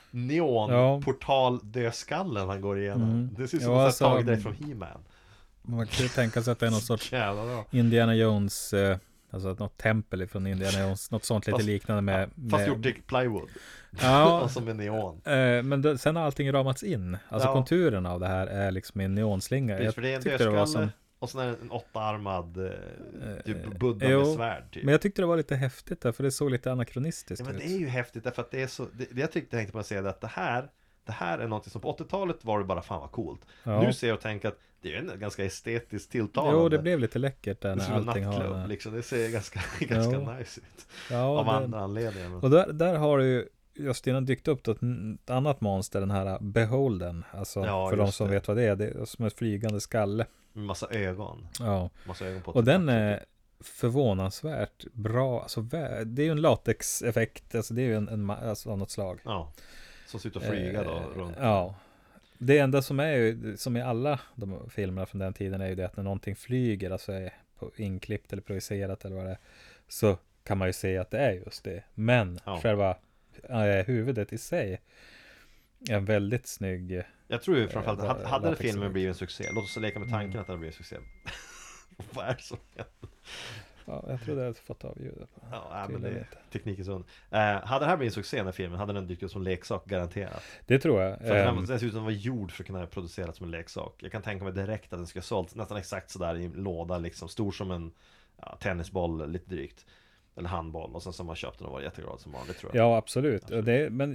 neonportal-dödskallen han går igenom. Det ser ut som att han tagit det från He-Man. Man kan ju tänka sig att det är någon sorts Indiana Jones, alltså något tempel från Indiana Jones, något sånt lite liknande med fast gjort i plywood. Ja, som en neon. Men sen har allting ramats in. Alltså konturerna av det här är liksom en neonslinga. Precis, för det är en dödskalle och sen är det en 8-armad typ Buddha med svärd typ. Men jag tyckte det var lite häftigt där, för det såg lite anakronistiskt ut. Men det är ju häftigt därför att det är så, jag tänkte på att säga att det här är något som på 80-talet var det bara fan vad coolt. Nu ser jag och tänker att det är en ganska estetiskt tilltalande. Jo, det blev lite läckert där när allting har liksom. Det ser ganska nice ut. Av andra anledningar. Och där har du ju just innan dykt upp ett annat monster, den här Beholden. Alltså för de som vet vad det är som ett flygande skalle. Med massa ögon. Ja. Massa ögon på. Och den är förvånansvärt bra. Alltså, det är ju en latexeffekt. Alltså det är ju alltså, av något slag. Ja. Som ser ut att flyga då runt. Ja. Det enda som är ju, som i alla de filmerna från den tiden, är ju det att när någonting flyger, alltså är inklippt eller projicerat eller vad det är, så kan man ju se att det är just det. Men själva huvudet i sig är en väldigt snygg. Jag tror ju framförallt hade filmen blivit en succé. Låt oss leka med tanken att det blir en succé. Vad är det som händer? Ja, jag tror det hade fått av ljudet. Ja, men det tekniken sån. Hade det här blivit en succé när filmen, hade den dykt upp som leksak garanterat. Det tror jag. För att den ser ut som den var gjord för att kunna produceras som en leksak. Jag kan tänka mig direkt att den ska sålt nästan exakt sådär i en låda liksom, stor som en tennisboll lite drygt. Eller handboll, och sen som man köpte den och var jätteglad som vanligt, tror jag. Ja, absolut. Men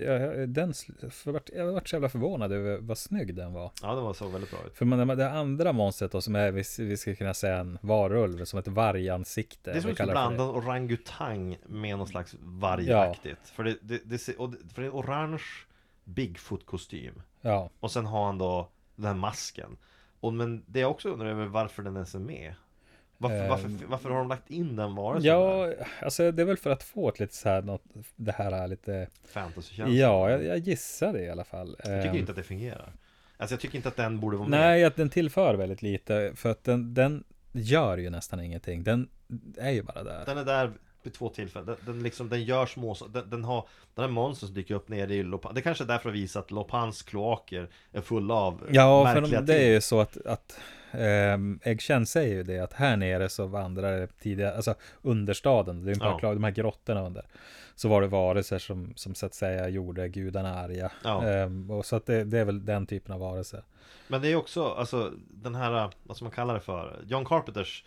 jag var så jävla förvånad över vad snygg den var. Ja, den var så väldigt bra ut. För det andra monstret då, som är, vi ska kunna säga en varulv, som ett vargansikte. Det är som att blanda en orangutang med någon slags vargaktigt. Ja. För det är en orange Bigfoot-kostym. Ja. Och sen har han då den här masken. Men det jag också undrar över varför den ens är med. Varför har de lagt in den varelsen? Ja, alltså det är väl för att få ett lite så här, det här lite fantasy-känsla. Ja, jag gissar det i alla fall. Jag tycker inte att det fungerar. Alltså jag tycker inte att den borde vara med. Nej, att den tillför väldigt lite. För att den gör ju nästan ingenting. Den är ju bara där. Den är där vid 2 tillfällen. Den gör små... Den här monstern som dyker upp nere i Lopan. Det kanske är därför att visa att Lopans kloaker är fulla av märkliga det är ju så att Eggchen säger ju det, att här nere så vandrar det tidigare, alltså understaden, det är ju de här grottorna under, så var det varelser som så att säga gjorde gudarna arga. Och så att det är väl den typen av varelser. Men det är också, alltså den här, vad ska man kalla det för, John Carpenters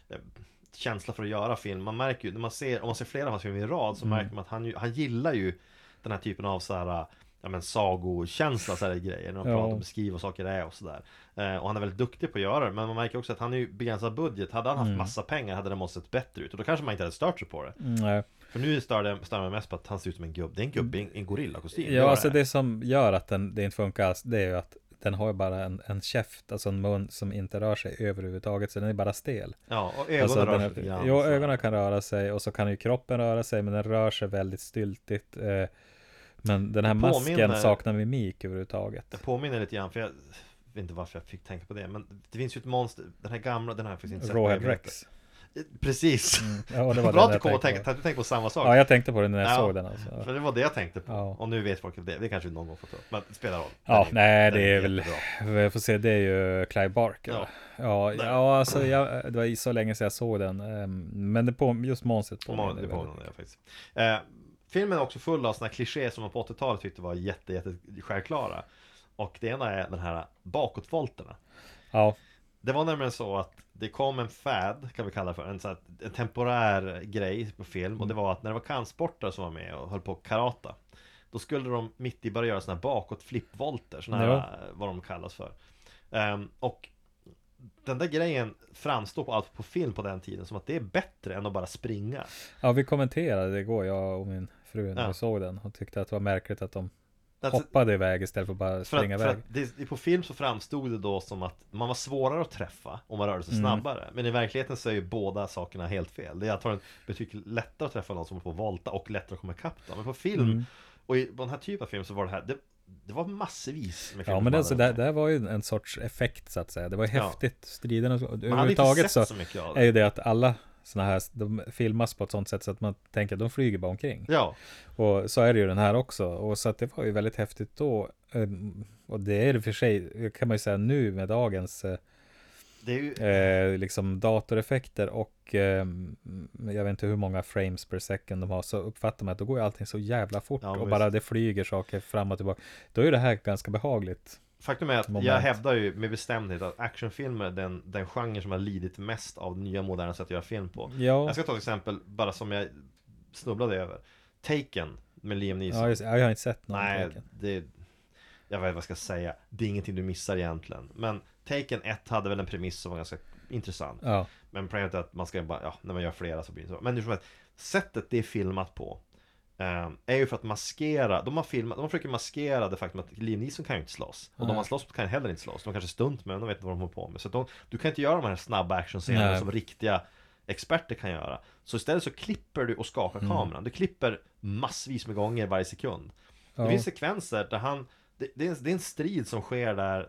känsla för att göra film. Man märker ju, om man ser flera av hans filmer i rad, så märker man att han gillar ju den här typen av så här, sagokänsla, så här grejer, när de pratar om beskriva saker är och sådär. Och han är väldigt duktig på att göra det, men man märker också att han är ju begränsad budget. Hade han haft massa pengar hade det måste sett bättre ut, och då kanske man inte hade stört sig på det. För nu stör man mest på att han ser ut som en gubb. Det är en gubb i en gorillakostym. Ja, alltså det som gör att det inte funkar alls, det är ju att den har ju bara en käft, alltså en mun som inte rör sig överhuvudtaget, så den är bara stel. Ja, och ögonen rör sig grann. Ja, ögonen kan röra sig, och så kan ju kroppen röra sig, men den rör sig väldigt styltigt. Men den här masken saknar mimik överhuvudtaget. Det påminner lite grann, för jag vet inte varför jag fick tänka på det, men det finns ju ett monster, den här gamla, den här finns inte sett. Rawhead Rex. Precis. Ja, det var bra att du kom och tänkte på samma sak. Ja, jag tänkte på det när jag såg den alltså. För det var det jag tänkte på. Och nu vet folk det kanske någon gång får ta upp. Men det spelar roll. Ja, nej, det är väl, jag får se, det är ju Clive Barker. Ja, alltså det var så länge sedan jag såg den. Men det på just monstret på mig. Det faktiskt. Filmen är också full av såna här klichéer som man på 80-talet tyckte var jätte självklara. Och det ena är den här bakåtvolterna. Ja. Det var nämligen så att det kom en fad, kan vi kalla det för, en temporär grej på film. Och det var att när det var kampsportare som var med och höll på karata, då skulle de mitt i börja göra såna här bakåt flippvolter, såna här, vad de kallas för. Och den där grejen framstår på film på den tiden som att det är bättre än att bara springa. Ja, vi kommenterade det igår, jag och min fru, när vi såg den. Hon tyckte att det var märkligt att de hoppade iväg istället för att bara springa iväg. På film så framstod det då som att man var svårare att träffa om man rörde sig snabbare. Men i verkligheten så är ju båda sakerna helt fel. Det är antagligen betydligt lättare att träffa någon som är på volta och lättare att komma ikapp dem. Men på film, och på den här typen av film så var det här... Det var massvis med film. Ja, men alltså, det var ju en sorts effekt så att säga. Det var ju häftigt. Striderna överhuvudtaget så är ju det att alla såna här, de filmas på ett sånt sätt så att man tänker att de flyger bara omkring. Ja. Och så är det ju den här också. Och så att det var ju väldigt häftigt då. Och det är det för sig, kan man ju säga nu med dagens det är ju... liksom datoreffekter och jag vet inte hur många frames per second de har, så uppfattar man att då går ju allting så jävla fort och bara det flyger saker fram och tillbaka. Då är det här ganska behagligt. Faktum är att jag hävdar ju med bestämdhet att actionfilmer är den genre som har lidit mest av nya moderna sätt att göra film på. Ja. Jag ska ta ett exempel bara som jag snubblade över. Taken med Liam Neeson. Ja, jag har inte sett någon. Nej, jag vet vad jag ska säga. Det är ingenting du missar egentligen. Men Taken 1 hade väl en premiss som var ganska intressant. Ja. Men problemet är att man ska bara, när man gör flera så blir det så. Men hur som helst, sättet det är filmat på är ju för att maskera. De försöker maskera det faktum att Liam Neeson kan ju inte slåss. Och de man slåss kan heller inte slåss. De kanske stunt med, de vet inte vad de håller på med. Så du kan inte göra de här snabba actionscenerna som riktiga experter kan göra. Så istället så klipper du och skakar kameran. Du klipper massvis med gånger varje sekund. Det finns sekvenser där det är en strid som sker där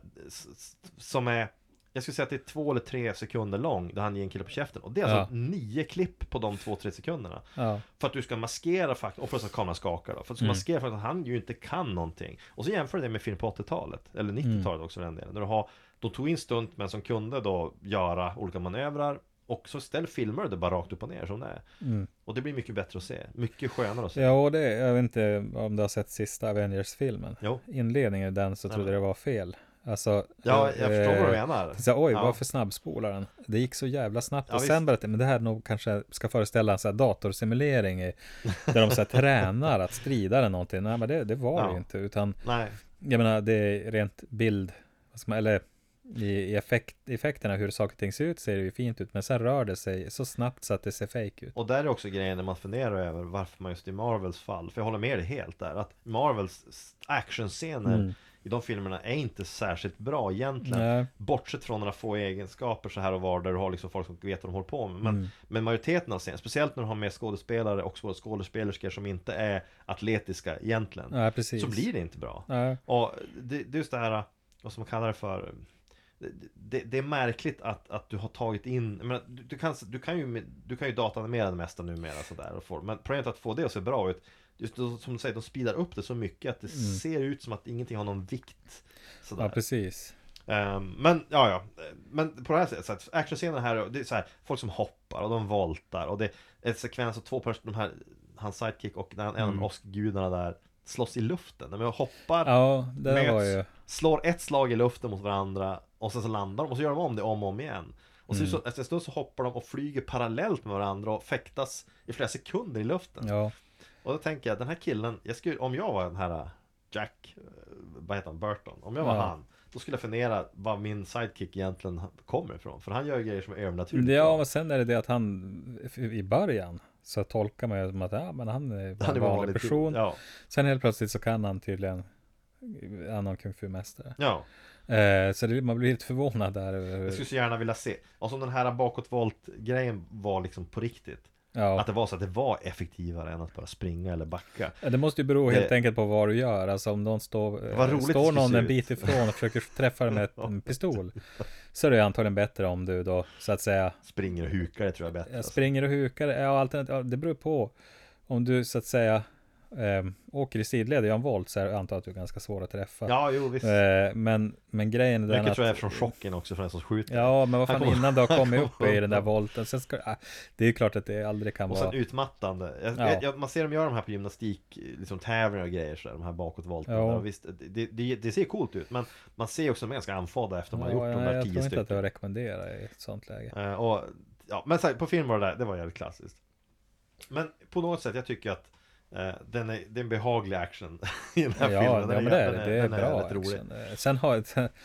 som är, jag skulle säga att det är 2 eller 3 sekunder lång, där han ger en kille på käften. Och det är alltså 9 klipp på de 2-3 sekunderna. För att du ska maskera faktiskt, och för att kameran skakar då, för att du ska maskera för att han ju inte kan någonting. Och så jämför det med film på 80-talet eller 90-talet också för den delen. Där de tog in stuntmän som kunde då göra olika manövrar. Och så filmer det bara rakt upp och ner som det är. Och det blir mycket bättre att se. Mycket skönare att se. Ja, och jag vet inte om du har sett sista Avengers-filmen. Jo. Inledningen i den så trodde det var fel. Alltså, ja, jag förstår vad du menar. Så, varför snabbspolar den? Det gick så jävla snabbt. Och sen bara, men det här nog kanske ska föreställa en så här datorsimulering där de så här tränar att strida eller någonting. Nej, men det var det ju inte. Utan, jag menar, det är rent bild, eller i effekterna hur saker och ting ser ut ser det ju fint ut, men sen rör det sig så snabbt så att det ser fake ut. Och där är också grejen när man funderar över varför man just i Marvels fall, för jag håller med dig helt där, att Marvels actionscener i de filmerna är inte särskilt bra egentligen. Bortsett från några få egenskaper så här och var, där du har liksom folk som vet vad de håller på med. Men majoriteten av scenen, speciellt när du har med skådespelare och skådespelerskor som inte är atletiska egentligen, så blir det inte bra. Och det är just det här. vad som man kallar det för, det är märkligt att du har tagit in, jag menar, du kan ju dataanimera det mesta numera sådär, men problemet att få det att se bra ut, just då, som du säger, de speedar upp det så mycket att det ser ut som att ingenting har någon vikt sådär. Ja, precis. Men men på det här sättet, actionscenen här, det är så här, folk som hoppar och de voltar och det är ett sekvens av två personer, de här, hans sidekick och en av åskgudarna där slåss i luften. De hoppar, ja, det möts, var ju... slår ett slag i luften mot varandra och sen så landar de och så gör de om det om och om igen. Och så, efter en stund så hoppar de och flyger parallellt med varandra och fäktas i flera sekunder i luften. Ja. Och då tänker jag, den här killen, om jag var den här Jack, vad heter han, Burton, om jag var han, då skulle jag fundera vad min sidekick egentligen kommer ifrån. För han gör grejer som är övernaturligt. Ja, men sen är det att han i början så tolkar man ju som att men han är en vanlig person. Ja. Sen helt plötsligt så kan han tydligen annan kung fu-mästare. Ja. Så man blir lite förvånad där. Jag skulle så gärna vilja se. Och som den här bakåtvolt-grejen var liksom på riktigt. Ja. Att det var så att det var effektivare än att bara springa eller backa. Det måste ju bero helt enkelt på vad du gör. Alltså om någon står någon en bit ifrån och försöker träffa dig med en pistol, så är det antagligen bättre om du då så att säga springer och hukar, det tror jag är bättre. Springer och hukar, det beror på. Om du så att säga åker i sidled och gör en volt, så är det antar att du är ganska svår att träffa. Ja, jo, visst. Men grejen är den att... tror jag är från chocken också, för den som skjuter. Ja, men vad fan, innan du har kommit upp i den där volten, sen det är ju klart att det aldrig kan vara... Och sen utmattande. Man ser dem göra de här på gymnastik, liksom tävlingar och grejer, så där, de här bakåtvolterna. Ja. Visst, det ser coolt ut, men man ser också att de är ganska anfådda efter man har gjort de där 10 stycken. Jag tror inte att jag rekommenderar i ett sånt läge. Men så här, på film var det var jävligt klassiskt. Men på något sätt, jag tycker att det är en behaglig action i den här filmen. Ja, men det är bra action. Sen har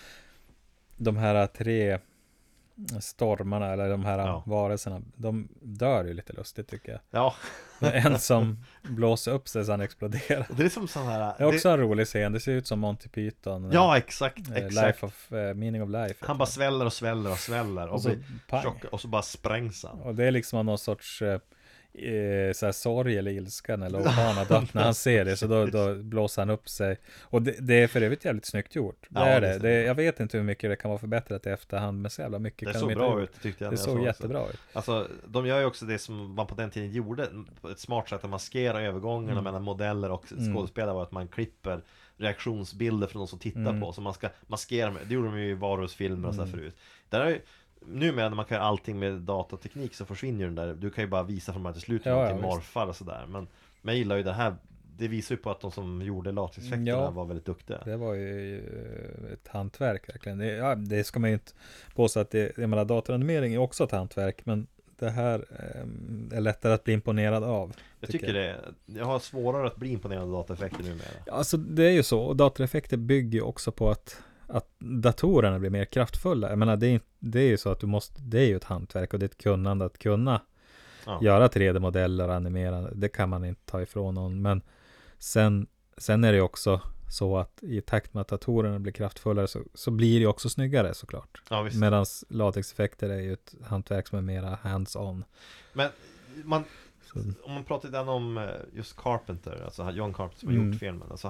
de här 3 stormarna, eller de här varelserna, de dör ju lite lustigt, tycker jag. Ja. En som blåser upp sig så han exploderar. Det är som sån här... Det är också en rolig scen. Det ser ut som Monty Python. Ja, exakt. Life of, Meaning of Life. Han bara sväller och sväller och sväller och så bara sprängs han. Och det är liksom någon sorts så här sorg eller ilska när Logan har dött när han ser det, så då blåser han upp sig. Och det är för övrigt jävligt snyggt gjort. Jag vet inte hur mycket det kan vara förbättrat i efterhand, men så jävla mycket det kan såg de bra inte ut, tyckte jag. Det såg jättebra ut. Alltså, de gör ju också det som man på den tiden gjorde, ett smart sätt att maskera övergångarna mellan modeller och skådespelare, var att man klipper reaktionsbilder från de som tittar på, så man ska maskera med. Det gjorde de ju i varusfilmer och så förut. Där är ju numera när man kan göra allting med datateknik, så försvinner den där. Du kan ju bara visa från början till slut hur man morfar och sådär. Men jag gillar ju det här. Det visar ju på att de som gjorde latexeffekterna var väldigt duktiga. Det var ju ett hantverk verkligen. Det ska man ju inte påstå att jag menar, datoranimering är också ett hantverk, men det här är lättare att bli imponerad av. Jag tycker det. Jag har svårare att bli imponerad av dataeffekter numera. Ja, alltså det är ju så. Och datoreffekter bygger också på att datorerna blir mer kraftfulla. Jag menar, det är ju så att det är ju ett hantverk och det är ett kunnande att kunna göra 3D-modeller och animera. Det kan man inte ta ifrån någon. Men sen är det ju också så att i takt med att datorerna blir kraftfullare så blir det också snyggare, såklart. Ja, medan latexeffekter är ju ett hantverk som är mera hands-on. Men om man pratar om just Carpenter, alltså John Carpenter som har gjort filmen, alltså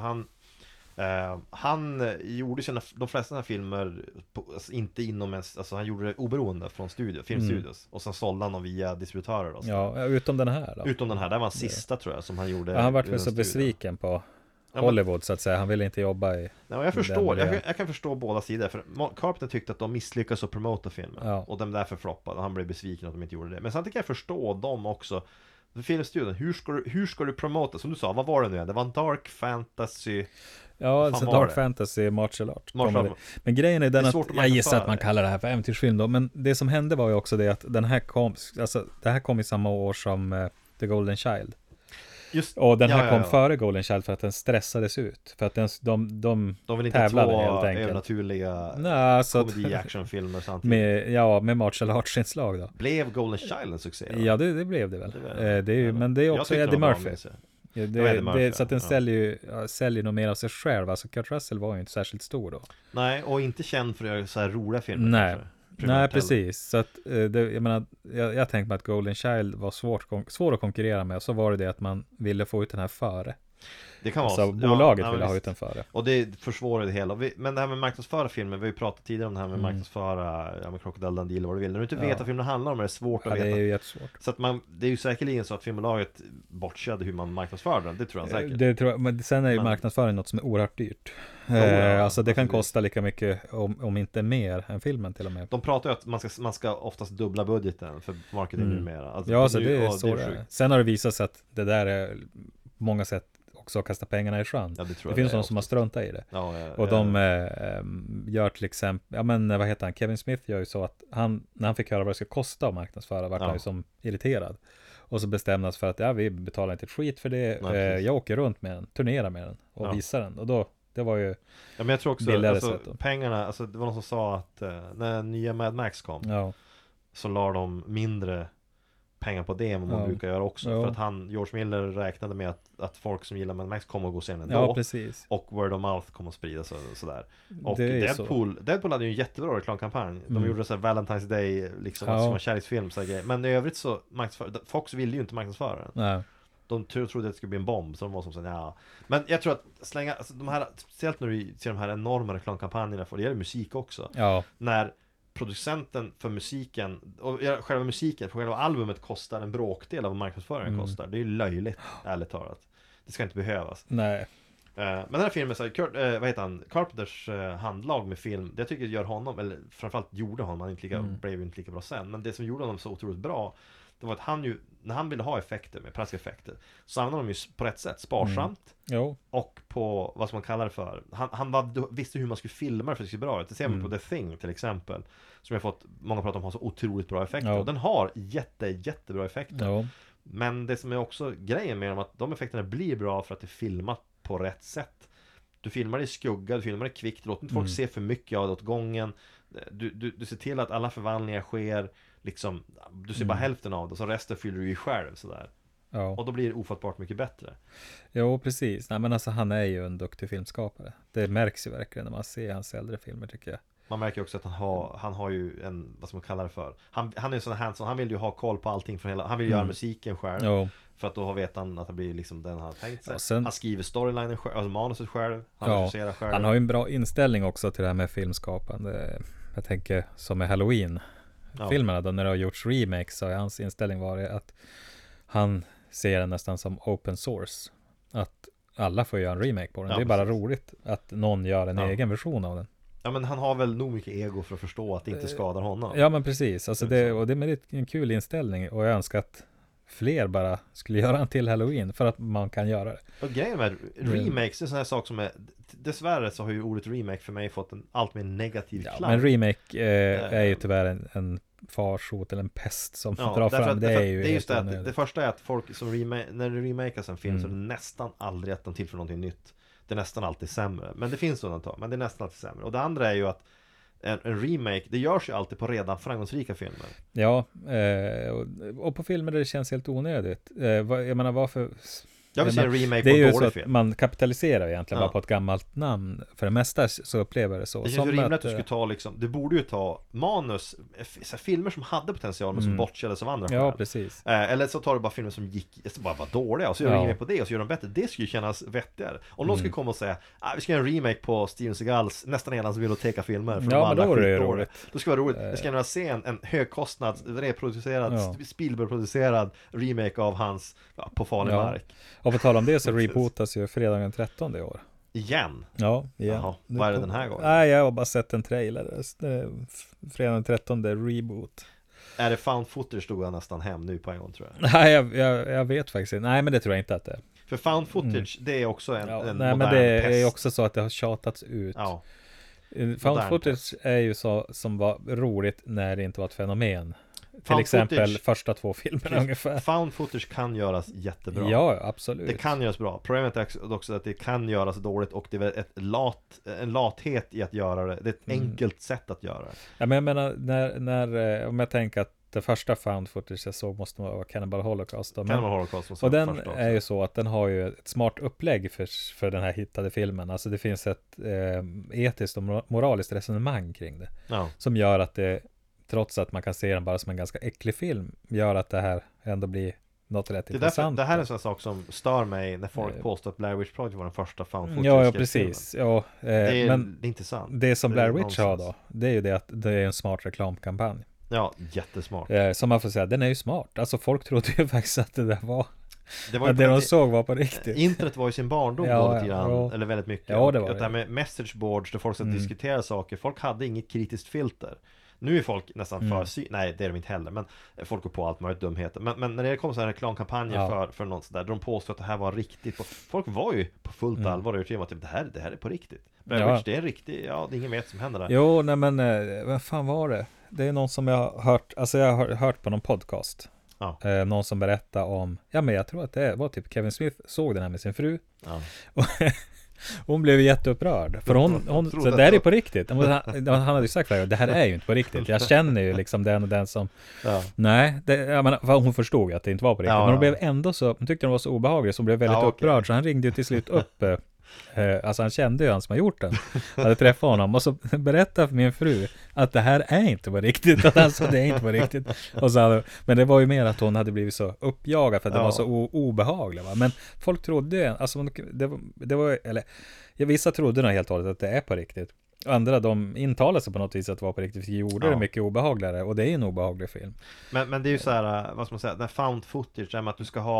han gjorde de flesta här filmer alltså inte inom alltså han gjorde det oberoende från filmstudios, och sen sålde han dem via distributörer och så. Ja, utom den här då. Utom den här, det var sista tror jag som han gjorde. Ja, han var väl så besviken på Hollywood så att säga. Han ville inte jobba i... Nej, jag kan förstå båda sidor. För Carpenter tyckte att de misslyckades att promota filmen. Ja. Och de därför floppade. Och han blev besviken att de inte gjorde det. Men samtidigt kan jag förstå dem också. Filmstudion, hur ska du promota? Som du sa, vad var det nu igen? Det var en dark fantasy... Ja, alltså dark fantasy, martial art. Men grejen är den att jag gissar att man kallar det här för äventyrsfilm då. Men det som hände var ju också det att det här kom i samma år som The Golden Child. Och den här kom före Golden Child för att den stressades ut. För att de vill inte tävlade två helt enkelt. Övernaturliga komedi-actionfilmer samtidigt. Med martial arts-inslag då. Blev Golden Child en succé då? Ja, det blev det väl. Men det är också Eddie Murphy. Så att den säljer nog mer av sig själv. Alltså Kurt Russell var ju inte särskilt stor då. Nej, och inte känd för att göra så här roliga filmer. Nej, precis. Så att, jag menar, jag tänkte mig att Golden Child var svår att konkurrera med. Och så var det att man ville få ut den här före. Det kan vara Så så. bolaget Ja, vill ha visst. ut den före. Och det försvårar det hela. Men det här med marknadsföra filmer, vi har ju pratat tidigare om det här med Mm. marknadsföra med Crocodile Dundee eller vad du vill. När du inte Ja. vet vad filmen handlar om är det svårt Ja, att det veta. är ju jättesvårt. Så att det är ju säkerligen så att filmbolaget bortkörde hur man marknadsför den. Det tror jag säkert. Det tror jag, men sen är ju Men- marknadsföring något som är oerhört dyrt. Ja, Alltså det kan absolut. kosta lika mycket, om inte mer, än filmen till och med. De pratar ju att man ska oftast dubbla budgeten för marketing Mm. numera. Alltså, Ja, så nu- det är ja, så det är. sjukt. Sen har det visat sig att det där är på många sätt också att kasta pengarna i sjön. Ja, det tror Det jag finns är de som har oftast. struntat i det. Ja, ja, Och ja. de gör till exempel, ja men vad heter han, Kevin Smith gör ju så att när han fick höra vad det ska kosta att marknadsföra, vart Ja. han ju som irriterad. Och så bestämdes för att ja, vi betalar inte ett skit för det. Nej, precis. Jag åker runt med den, turnerar med den och Ja. visar den. Och då, det var ju, Ja, men jag tror också, billigare alltså, sätt då. pengarna, alltså det var någon som sa att när nya Mad Max kom ja, så la de mindre pengar på det än vad man Ja. brukar göra också. Ja. För att George Miller räknade med att folk som gillar Mad Max kommer att gå och se den ändå. ja precis. Och word of mouth kommer att spridas och sådär. Och Det är så. Deadpool hade ju en jättebra reklamkampanj. De Mm. gjorde så här Valentine's Day, liksom Ja. att det var en kärleksfilm så här grejer. Men i övrigt så Fox ville ju inte marknadsföra den. Nej. De trodde att det skulle bli en bomb, så de var som så ja. Men jag tror att slänga, alltså de här, speciellt när du ser de här enorma reklamkampanjerna, för det gäller musik också. Ja, När producenten för musiken och själva musiken, för själva albumet kostar en bråkdel av vad marknadsföringen kostar. Det är ju löjligt, ärligt talat. Det ska inte behövas. nej. Men den här filmen, så här, vad heter han? Carpenters handlag med film, det jag tycker gör honom, eller framförallt gjorde honom, han blev ju inte lika bra sen, men det som gjorde honom så otroligt bra, det var att han ju, när han ville ha effekter med praktiska effekter, så använde de ju på rätt sätt, sparsamt Jo. och på vad som man kallar det för. Visste hur man skulle filma det för att det skulle se bra ut. Det ser man på The Thing till exempel, som jag fått, många pratar om har så otroligt bra effekter. Ja. Och den har jättebra effekter. Jo. Men det som är också grejen med dem, att de effekterna blir bra för att det är filmat på rätt sätt. Du filmar det i skugga, du filmar det kvickt, låt inte folk se för mycket av det åt gången. Du ser till att alla förvandlingar sker liksom, du ser bara hälften av det, så resten fyller du i själv sådär. Ja. Och då blir det ofattbart mycket bättre. Jo, precis. Nej, men alltså han är ju en duktig filmskapare. Det märks ju verkligen när man ser hans äldre filmer, tycker jag. Man märker också att han har ju en, vad ska man kalla det för, han är en sån här hands-on, han vill ju ha koll på allting från hela, han vill göra musiken själv. Jo. För att då vet han att det blir liksom den han har tänkt sig. Ja, sen- Han skriver storylinen själv, alltså manuset själv, han Ja, regisserar själv. han har ju en bra inställning också till det här med filmskapande. Jag tänker som med Halloween-filmerna då, när det har gjorts remakes, så har hans inställning varit att han ser den nästan som open source. Att alla får göra en remake på den. Ja, det är bara precis. roligt att någon gör en egen version av den. Ja, men han har väl nog mycket ego för att förstå att det inte skadar honom. Ja, men precis. Alltså Det är det är en kul inställning, och jag önskar att fler bara skulle göra en till Halloween för att man kan göra det. Och grejen med remakes, det är en sån här sak som är, dessvärre så har ju ordet remake för mig fått en allt mer negativ Ja, klang. men remake är ju tyvärr en farsot eller en pest som drar därför fram. att- Det därför är att ju det är just helt det att onödigt. det första är att folk som när det remakas en film så är det nästan aldrig att de tillför någonting nytt. Det är nästan alltid sämre. Men det finns undantag, men det är nästan alltid sämre. Och det andra är ju att en remake, det görs ju alltid på redan framgångsrika filmer. Ja, och på filmer där det känns helt onödigt. Jag menar, varför... Jag vill se en remake det på är en ju så dålig att film. man kapitaliserar egentligen Ja. bara på ett gammalt namn. För det mesta så upplever jag det så. Det känns Som ju rimligt att att, du skulle ta liksom, du borde ju ta manus, så här, filmer som hade potential men som bortkördes av andra Ja, skäl. precis. Eller så tar du bara filmer som bara var dåliga och så gör du Ja. remake på det och så gör de bättre. Det skulle ju kännas vettigare. Om någon skulle komma och säga vi ska göra en remake på Steven Seagals nästan hela hans biblioteka-filmer, för Ja, de men andra då är det ju skitdåliga. roligt. Då ska det vara roligt. Det ska gärna se en högkostnads reproducerad, Ja. Spielberg-producerad remake av hans På farlig Ja. mark. Och på tal om det så Precis. rebootas ju fredagen den 13 i år. Igen. Ja, igen. Jaha, Nu vad är det kom- den här gången? Nej, jag har bara sett en trailer. Fredagen den 13 reboot. Är det found footage stod jag nästan hem nu på en gång tror jag. Nej, jag vet faktiskt inte. Nej, men det tror jag inte att det är. För found footage, det är också en Ja, en nej, men modern det är pest. också så att det har tjatats ut. Ja. Found modern footage är ju så som var roligt när det inte var ett fenomen. Till Found exempel footage- första 2 filmerna ungefär. Found footage kan göras jättebra. Ja, absolut. Det kan göras bra. Problemet är också att det kan göras dåligt och det är väl en lathet i att göra det. Det är ett enkelt sätt att göra det. Ja, men jag menar, när om jag tänker att det första found footage jag såg måste vara Cannibal Holocaust. Då, Kan man Holocaust som och den första också. är ju så att den har ju ett smart upplägg för den här hittade filmen. Alltså det finns ett etiskt och moraliskt resonemang kring det. Ja. Som gör att det, trots att man kan se den bara som en ganska äcklig film, gör att det här ändå blir något rätt Det är därför, intressant. det här är en sån sak som stör mig när folk påstår att Blair Witch Project var den första found footage Ja, precis. Ja, det är men inte sant. det som Det är Blair Witch har nonsens. då, det är ju det att det är en smart reklamkampanj. Ja, jättesmart. Som man får säga, den är ju smart. Alltså folk trodde ju faktiskt att det där var Det var ju att det på de den såg var på riktigt. internet var ju sin barndom Ja, då lite grann, ja. eller väldigt mycket. Ja, det var och det här det. med message boards där folk ska diskutera saker. Folk hade inget kritiskt filter. Nu är folk nästan nej det är de inte heller, men folk går på allt möjligt dumheter. Men när det kommer så här reklamkampanjer för något sådär, de påstår att det här var riktigt. Folk var ju på fullt allvar övertygade om att det här är på riktigt. Blair Witch, det är riktigt, det är ingen vet som händer där. Jo, nej men vad fan var det? Det är någon som jag har hört, alltså jag har hört på någon podcast. Ja. Någon som berättar om, ja men jag tror att det var typ Kevin Smith såg den här med sin fru. Ja. Och hon blev jätteupprörd. För hon så det här är på riktigt. Han hade ju sagt flera gånger, det här är ju inte på riktigt. Jag känner ju liksom den och den som nej, jag menar, hon förstod att det inte var på riktigt. Men hon blev ändå så, hon tyckte den var så obehaglig så hon blev väldigt upprörd. Så han ringde ju till slut upp alltså han kände ju han som har gjort den. Hade träffat honom och så berättade för min fru att det här är inte på riktigt. Att alltså det är inte på riktigt. Och så hade, men det var ju mer att hon hade blivit så uppjagad för att det var så obehagligt. Va? Men folk trodde, alltså det var, eller vissa trodde nog helt och hållet att det är på riktigt. Andra, de intalade sig på något vis att det var på riktigt. Det gjorde det mycket obehagligare. Och det är en obehaglig film. Men det är ju så här, vad ska man säga, den found footage, att du ska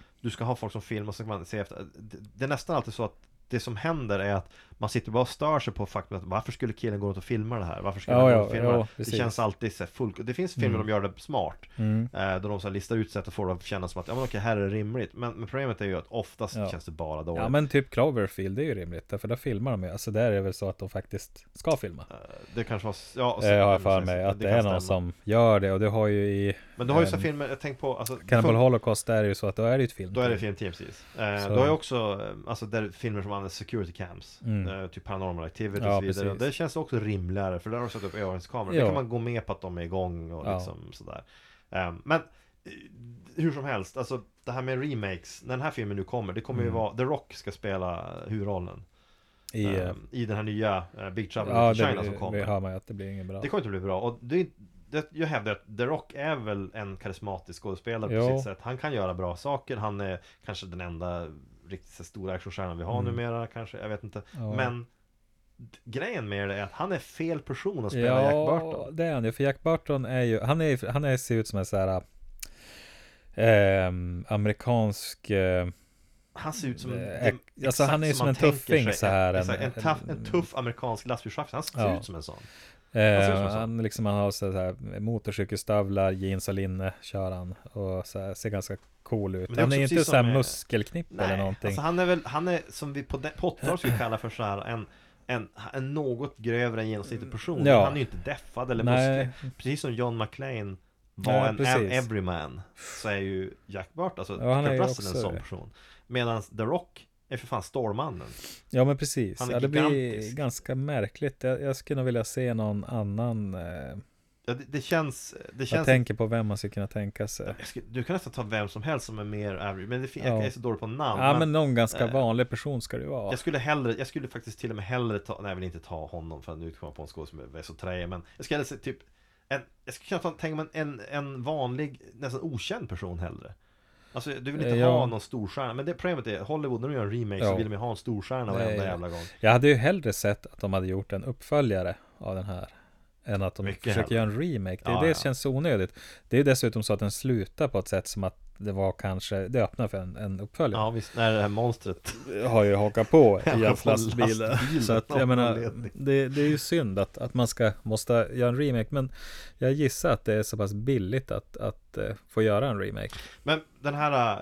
ha folk som filmar och så kan man se efter. Det är nästan alltid så att det som händer är att man sitter bara och stör sig på faktum att varför skulle killen gå runt och filma det här? Varför skulle han gå och filma det? Det känns alltid så det finns filmer de gör det smart. Då de så listar ut sätt och får det att kännas som att ja men okej, här är det rimligt. Men problemet är ju att oftast känns det bara dåligt. Ja men typ Cloverfield, det är ju rimligt. För där filmar de ju. Alltså där är det väl så att de faktiskt ska filma. Det kanske var har jag för mig att det är någon som gör det. Och det har ju i men du har ju så filmer, jag tänker på alltså, Cannibal Holocaust, där är det ju så att då är det ett film. Då är det filmteam, precis. Då är också alltså där filmer som använder security cams, typ Paranormal Activity och så vidare. Och det känns också rimligare, för där har de satt upp övervakningskameror. Det kan man gå med på att de är igång och liksom sådär. Men hur som helst, alltså det här med remakes, när den här filmen nu kommer, det kommer ju vara The Rock ska spela huvudrollen i den här nya Big Trouble in China som kommer. Ja, det hör man att det blir inget bra. Det kommer inte bli bra. Och jag hävdar att The Rock är väl en karismatisk skådespelare på sitt sätt. Han kan göra bra saker. Han är kanske den enda riktigt stora actionstjärnan vi har numera, kanske, jag vet inte. Men grejen med det är att han är fel person att spela Jack Burton. Ja, det är han ju. För Jack Burton är ju, han ser ut som en så här amerikansk han ser ut som alltså han är ju som en tuffing så här en tuff amerikansk lastbilschaufför. Han ser ut som en sån. Han liksom, han har så här motorcykelstövlar, jeans och linne kör han och så här, ser ganska cool ut. Han är inte så här muskelknipp eller någonting. Alltså han är som vi på 80-talet skulle kalla för så här en något grövre än genomsnittlig person. Han är ju inte deffad eller musklig. Precis som John McClane var en everyman, så är ju Jack Burton, alltså han är Russell en sån person. Medan The Rock är för fan Stålmannen. Ja men precis, det blir ganska märkligt. Jag skulle nog vilja se någon annan det känns jag tänker på vem man skulle kunna tänka sig. Du kan nästan ta vem som helst som är mer average. Men jag är så dålig på namn. Ja men någon ganska vanlig person ska det vara. Jag skulle faktiskt till och med hellre ta, nej jag vill inte ta honom för att nu komma på en skål som är så träig. Men jag skulle säga typ jag skulle kunna tänka mig en vanlig, nästan okänd person hellre. Alltså du vill inte ha någon storstjärna. Men det problemet är, Hollywood när de gör en remake så vill de ha en storstjärna varenda jävla gång. Jag hade ju hellre sett att de hade gjort en uppföljare av den här än att de försöker göra en remake. Det känns så onödigt. Det är dessutom så att den slutar på ett sätt som att det var kanske, det öppnar för en uppföljare. Ja visst, när det här monstret har ju hakat på i hans lastbil. Så att jag menar, det är ju synd att man måste göra en remake. Men jag gissar att det är så pass billigt att få göra en remake. Men den här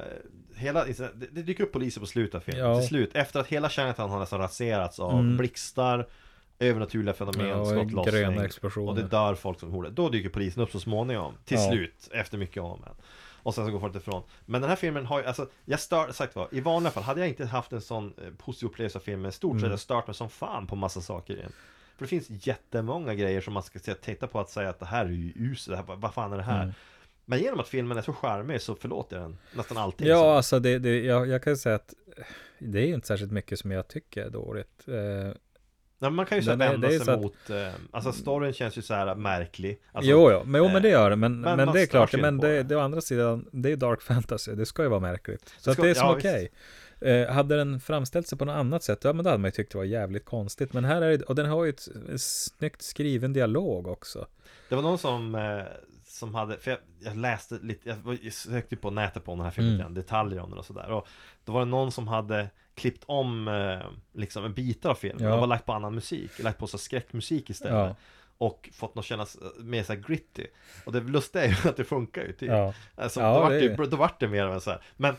det dyker upp poliser på slutet av filmen. Till slut, efter att hela Chinatown har nästan raserats av blixtar, övernaturliga fenomen, skottlossning och det dör folk som horde. Då dyker polisen upp så småningom till slut, efter mycket om en. Och sen så går folk ifrån. Men den här filmen har ju, alltså, i vanliga fall hade jag inte haft en sån positiv upplevelse av filmen stort så jag stört mig som fan på massa saker igen. För det finns jättemånga grejer som man ska titta på att säga att det här är ju uselt, vad fan är det här? Men genom att filmen är så charmig så förlåter jag den nästan alltid. Ja, så. Alltså jag kan säga att det är ju inte särskilt mycket som jag tycker är dåligt. Nej, man kan ju så Den är- vända det är sig så att- mot alltså storyn känns ju så här märklig. Alltså, men det gör det. Men man det är stör klart, sig men på det är å andra sidan, det är dark fantasy. Det ska ju vara märkligt. Så att ska- det är som ja, okej. Hade den framställt sig på något annat sätt, ja men då hade man ju tyckt det var jävligt konstigt. Men här är det, och den har ju ett snyggt skriven dialog också. Det var någon som hade, för jag läste lite, jag sökte på nätet på den här filmen igen, detaljer om den och sådär. Och då var det någon som hade klippt om liksom en bitar av filmen och bara lagt på annan musik, lagt på så skräckmusik istället. Ja. Och fått något kännas mer så här gritty. Och det lustiga är ju att det funkar ju typ. Ja. Alltså, Ja, då vart det mer av en så här. Men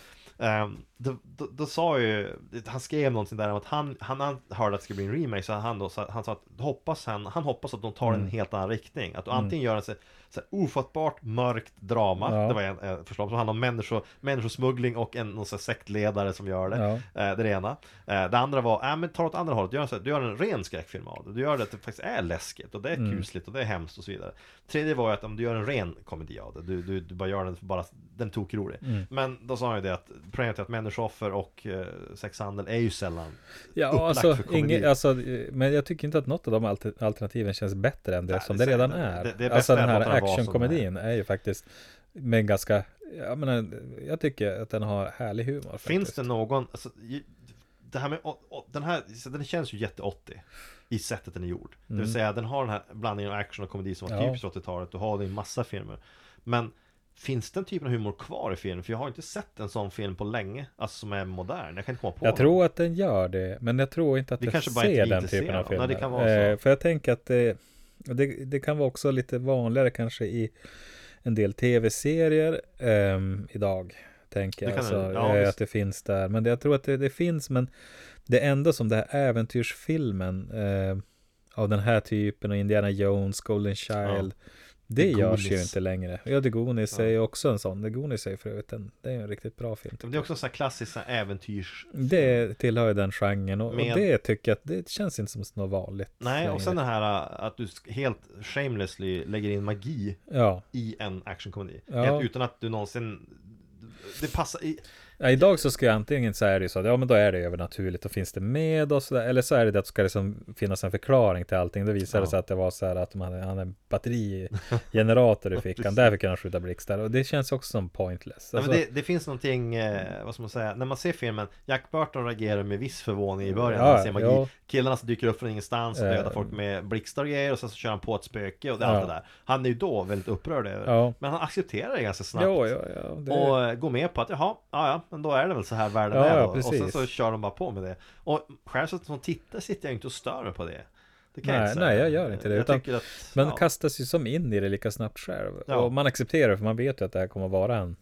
då sa ju, han skrev någonting där om att han hörde att det skulle bli en remake, så han sa att han hoppas att de tar en helt annan riktning, att du antingen gör en så här ofattbart mörkt drama, det var en förslag som handlar om människosmuggling och någon så här sektledare som gör det, det är det ena. Det andra var, men ta åt andra hållet, du gör en ren skräckfilm av det, du gör det att det faktiskt är läskigt och det är kusligt och det är hemskt och så vidare. Tredje var ju att om du gör en ren komedi av det, du bara gör den för bara den tokrolig. Men då sa han ju det att problemet är att människooffer och sexhandel är ju sällan upplagt för komedi. Men jag tycker inte att något av de alternativen känns bättre än det som det det redan det- är. det bästa Alltså den är här att låta den vara som actionkomedin är ju faktiskt med ganska, jag tycker att den har härlig humor faktiskt. Finns det någon, alltså, det här med den här, så den känns ju jätte 80 i sättet den är gjord. Det vill säga den har den här blandningen av action och komedi som var typiskt 80-talet. Du har det i massa filmer. Men finns den typen av humor kvar i film? För jag har inte sett en sån film på länge, alltså som är modern. Jag kan inte komma på Jag den. tror att den gör det, men jag tror inte att Vi jag kanske bara inte ser är den intresserade typen av av. filmer. Nej, det kan vara så. För jag tänker att det kan vara också lite vanligare kanske i en del tv-serier idag, tänker jag. Det kan Alltså, det. Ja, att det finns där. Men jag tror att det finns, men det enda som det här äventyrsfilmen av den här typen, och Indiana Jones, Golden Child, det The görs Goonies. ju inte längre. Ja, The Goonies är ju också en sån. The Goonies är ju för övrigt det är en riktigt bra film. Men det är också en sån här klassisk så här äventyrs. Det tillhör ju den genren, och det tycker jag att det känns inte som något vanligt. Nej, längre. och sen det här att du helt shamelessly lägger in magi i en actionkomedi. Helt utan att du någonsin, det passar i. Ja, idag så ska jag antingen säga det så att men då är det övernaturligt och finns det med och sådär, eller så är det att det ska liksom finnas en förklaring till allting. Då visar det sig att det var så här att han hade en batterigenerator i fickan, därför kan han skjuta blixtar, och det känns också som pointless. Alltså, men det finns någonting, vad ska man säga, när man ser filmen, Jack Burton reagerar med viss förvåning i början när han ser magi. Killarna som dyker upp från ingenstans och dödar folk med blixtar och grejer, och sen så kör han på ett spöke och allt det där. Han är ju då väldigt upprörd över, men han accepterar det ganska snabbt och går med på att ja, men då är det väl så här världen är då. Och sen så kör de bara på med det. Och själv som tittar sitter jag inte och stör mig på det. Det kan jag inte säga. Nej, jag gör inte det. Jag tycker att, man kastas ju som in i det lika snabbt själv. Och man accepterar det, för man vet ju att det här kommer att vara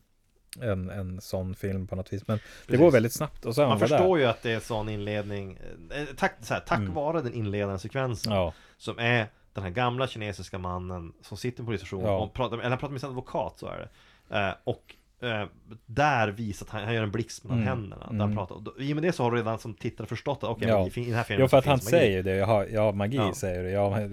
en sån film på något vis. Men det går väldigt snabbt. Och så man förstår ju att det är sån inledning. Tack vare den inledande sekvensen som är den här gamla kinesiska mannen som sitter på polisstationen och pratar med sin advokat, så är det. Och där visar att han gör en blixt mellan händerna där han pratar. I och med det så har du redan som tittare förstått att i den här filmen för att han säger det, magi säger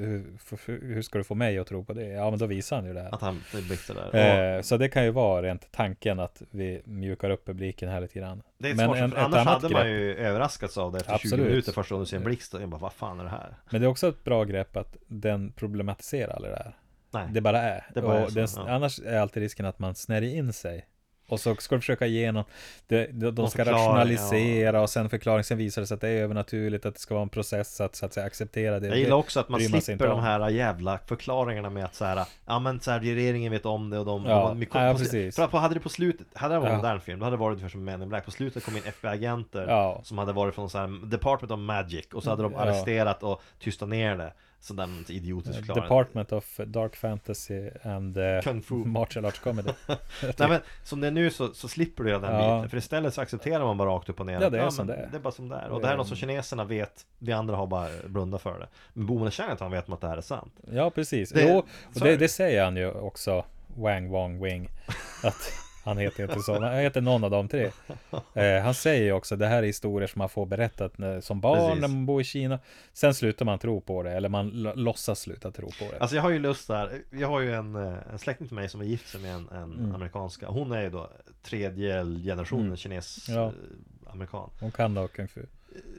du, hur ska du få mig att tro på det? Ja, men då visar han ju det här. Att han blixtar där. Så det kan ju vara rent tanken att vi mjukar upp publiken här lite grann. Det är men annars hade man ju överraskats av det efter 20 minuter första gången du ser en blixt, och jag bara, vad fan är det här? Men det är också ett bra grepp att den problematiserar aldrig det här. Nej, det bara är. Det bara är så, annars är alltid risken att man snärjer in sig. Och så ska du försöka igenom de ska rationalisera och sen förklaring, sen visar det sig att det är övernaturligt, att det ska vara en process att så att säga acceptera det. Jag gillar också att man slipper de här jävla förklaringarna med att så här, ja men så här, regeringen vet om det och de precis. För hade det på slutet, hade det varit en modern film, då hade det varit ungefär som Men in Black. På slutet kom in FBI-agenter som hade varit från så här Department of Magic, och så hade de arresterat och tystat ner det. Sådär idiotisk förklaring. Department of Dark Fantasy and Kung Fu Martial Arts Comedy. Nej, men som det är nu så slipper du den biten. För istället så accepterar man bara rakt upp och ner. Ja, det är som det är. Det är bara som det är. Och det här är något som kineserna vet. Vi andra har bara blundat för det. Men Boomen och Chinatown vet man att det här är sant. Ja, precis. Det säger han ju också, Wang Wong Wing, att han heter inte så, han heter någon av de tre. Han säger ju också, det här är historier som man får berättat som barn när man bor i Kina. Sen slutar man tro på det, eller man låtsas sluta tro på det. Alltså jag har ju lust där. Jag har ju en släkting till mig som är gift sig med en amerikanska. Hon är ju då tredje generationen kines amerikan. Hon kan då kung fu.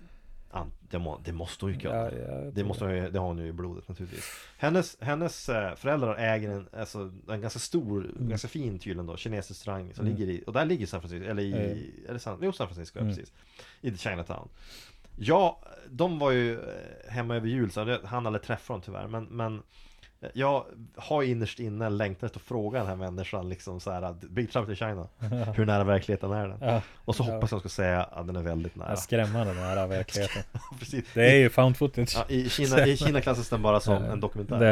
Det måste hon ju kunna. Ja, Det har hon ju i blodet naturligtvis. Hennes föräldrar äger en ganska stor, ganska fin tydligen då, kinesisk restaurang som ligger i, och där ligger San Francisco, eller är det sant? Jo, San Francisco, precis. I Chinatown. Ja, de var ju hemma över jul, så han aldrig träffade dem tyvärr, men jag har innerst inne längtat att fråga den här människan liksom så här, Big Trouble in China, hur nära verkligheten är den? Ja. Och så hoppas jag ska säga att den är väldigt nära. Skrämmande nära verkligheten. Precis. Det är ju found footage. Ja, i Kina klassas den bara som en dokumentär.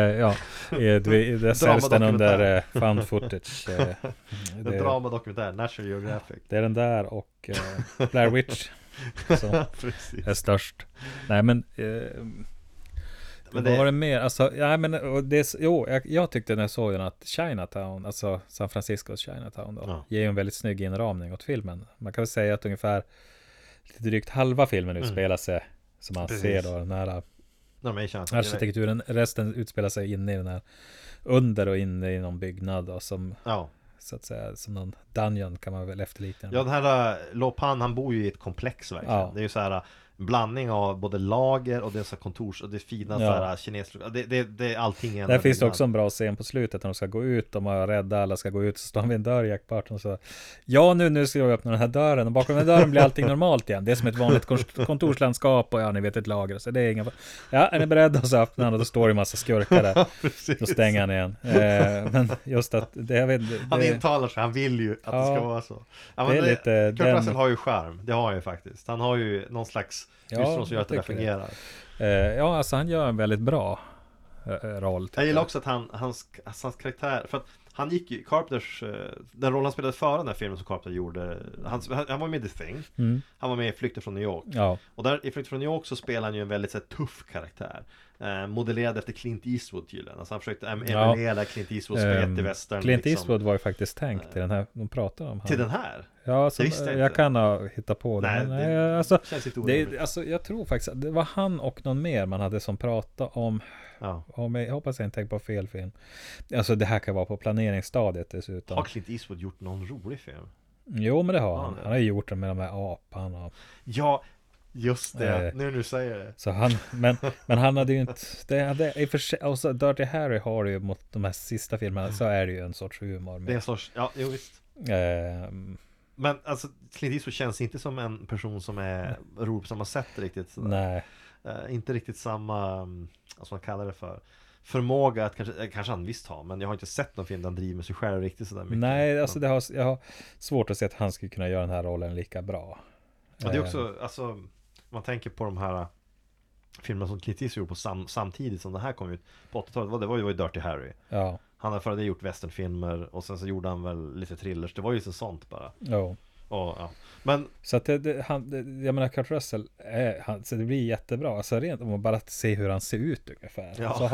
Det säljs den under found footage. En dramadokumentär, National Geographic. Det är den där och Blair Witch som är störst. Nej men vad var det mer? Alltså, ja, men, och det, jag tyckte när jag såg den att Chinatown, alltså San Franciscos Chinatown då, ger ju en väldigt snygg inramning åt filmen. Man kan väl säga att ungefär lite drygt halva filmen utspelar sig som man ser då nära arkitekturen. Resten utspelar sig inne i den här under och inne i någon byggnad då, som så att säga som någon dungeon kan man väl efterlikna. Ja, den här Lo Pan, han bor ju i ett komplex verkligen. Ja. Det är ju så här blandning av både lager och det är så kontors och det fina så här kinesiska. Det är allting. Där finns det också en bra scen på slutet när de ska gå ut, de är rädda, alla ska gå ut, så står de vid en dörr i jackparten och så nu ska jag öppna den här dörren, och bakom den dörren blir allting normalt igen. Det är som ett vanligt kontorslandskap och ni vet ett lager, så det är inga. Är ni beredda? Och så öppnar han och då står det en massa skurkar där. Då stänger han igen. Men just att han intalar sig, han vill ju att det ska vara så. Ja, men det är lite Kurt Russell har ju charm. Det har han ju faktiskt. Han har ju någon slags som gör att det fungerar. Alltså han gör en väldigt bra roll. Jag gillar också att hans karaktär, för att han gick ju Carpenters, den roll han spelade före den här filmen som Carpenter gjorde, han var med i The Thing. Han var med i Flykten från New York. Och där i Flykten från New York så spelar han ju en väldigt så här, tuff karaktär. Modellerad efter Clint Eastwood tydligen. Alltså han försökte emulera Clint Eastwoods spaghetti-western. Clint Eastwood var ju faktiskt tänkt till den här, de pratar om. Till den här? Ja, jag kan ha hittat på det. Nej, alltså, jag tror faktiskt att det var han och någon mer man hade som pratade om. Jag hoppas jag inte tänker på fel film. Alltså det här kan vara på planeringsstadiet dessutom. Har Clint Eastwood gjort någon rolig film? Jo, men det har han. Han har gjort det med de här apan. Ja, just det. Nu när du säger det. Så men han hade ju inte. Det hade i och för sig. Och så Dirty Harry har ju mot de här sista filmerna så är det ju en sorts humor. Det är en sorts. Ja, jo visst. Men alltså Clint Eastwood känns inte som en person som är rolig på samma sätt riktigt. Nej. Inte riktigt samma, vad man kallar det för, förmåga att kanske han visst har, men jag har inte sett någon film där han driver med sig själv riktigt sådär mycket. Nej, alltså jag har svårt att se att han skulle kunna göra den här rollen lika bra. Och det är också, alltså man tänker på de här filmerna som Clint Eastwood gjorde på samtidigt som det här kom ut på 80-talet, det var ju Dirty Harry. Ja. Han har för det gjort westernfilmer och sen så gjorde han väl lite thrillers. Det var ju så sånt bara. Ja. Ja. Men så att jag menar Kurt Russell så det blir jättebra. Alltså rent om man bara ser hur han ser ut ungefär. Ja. Så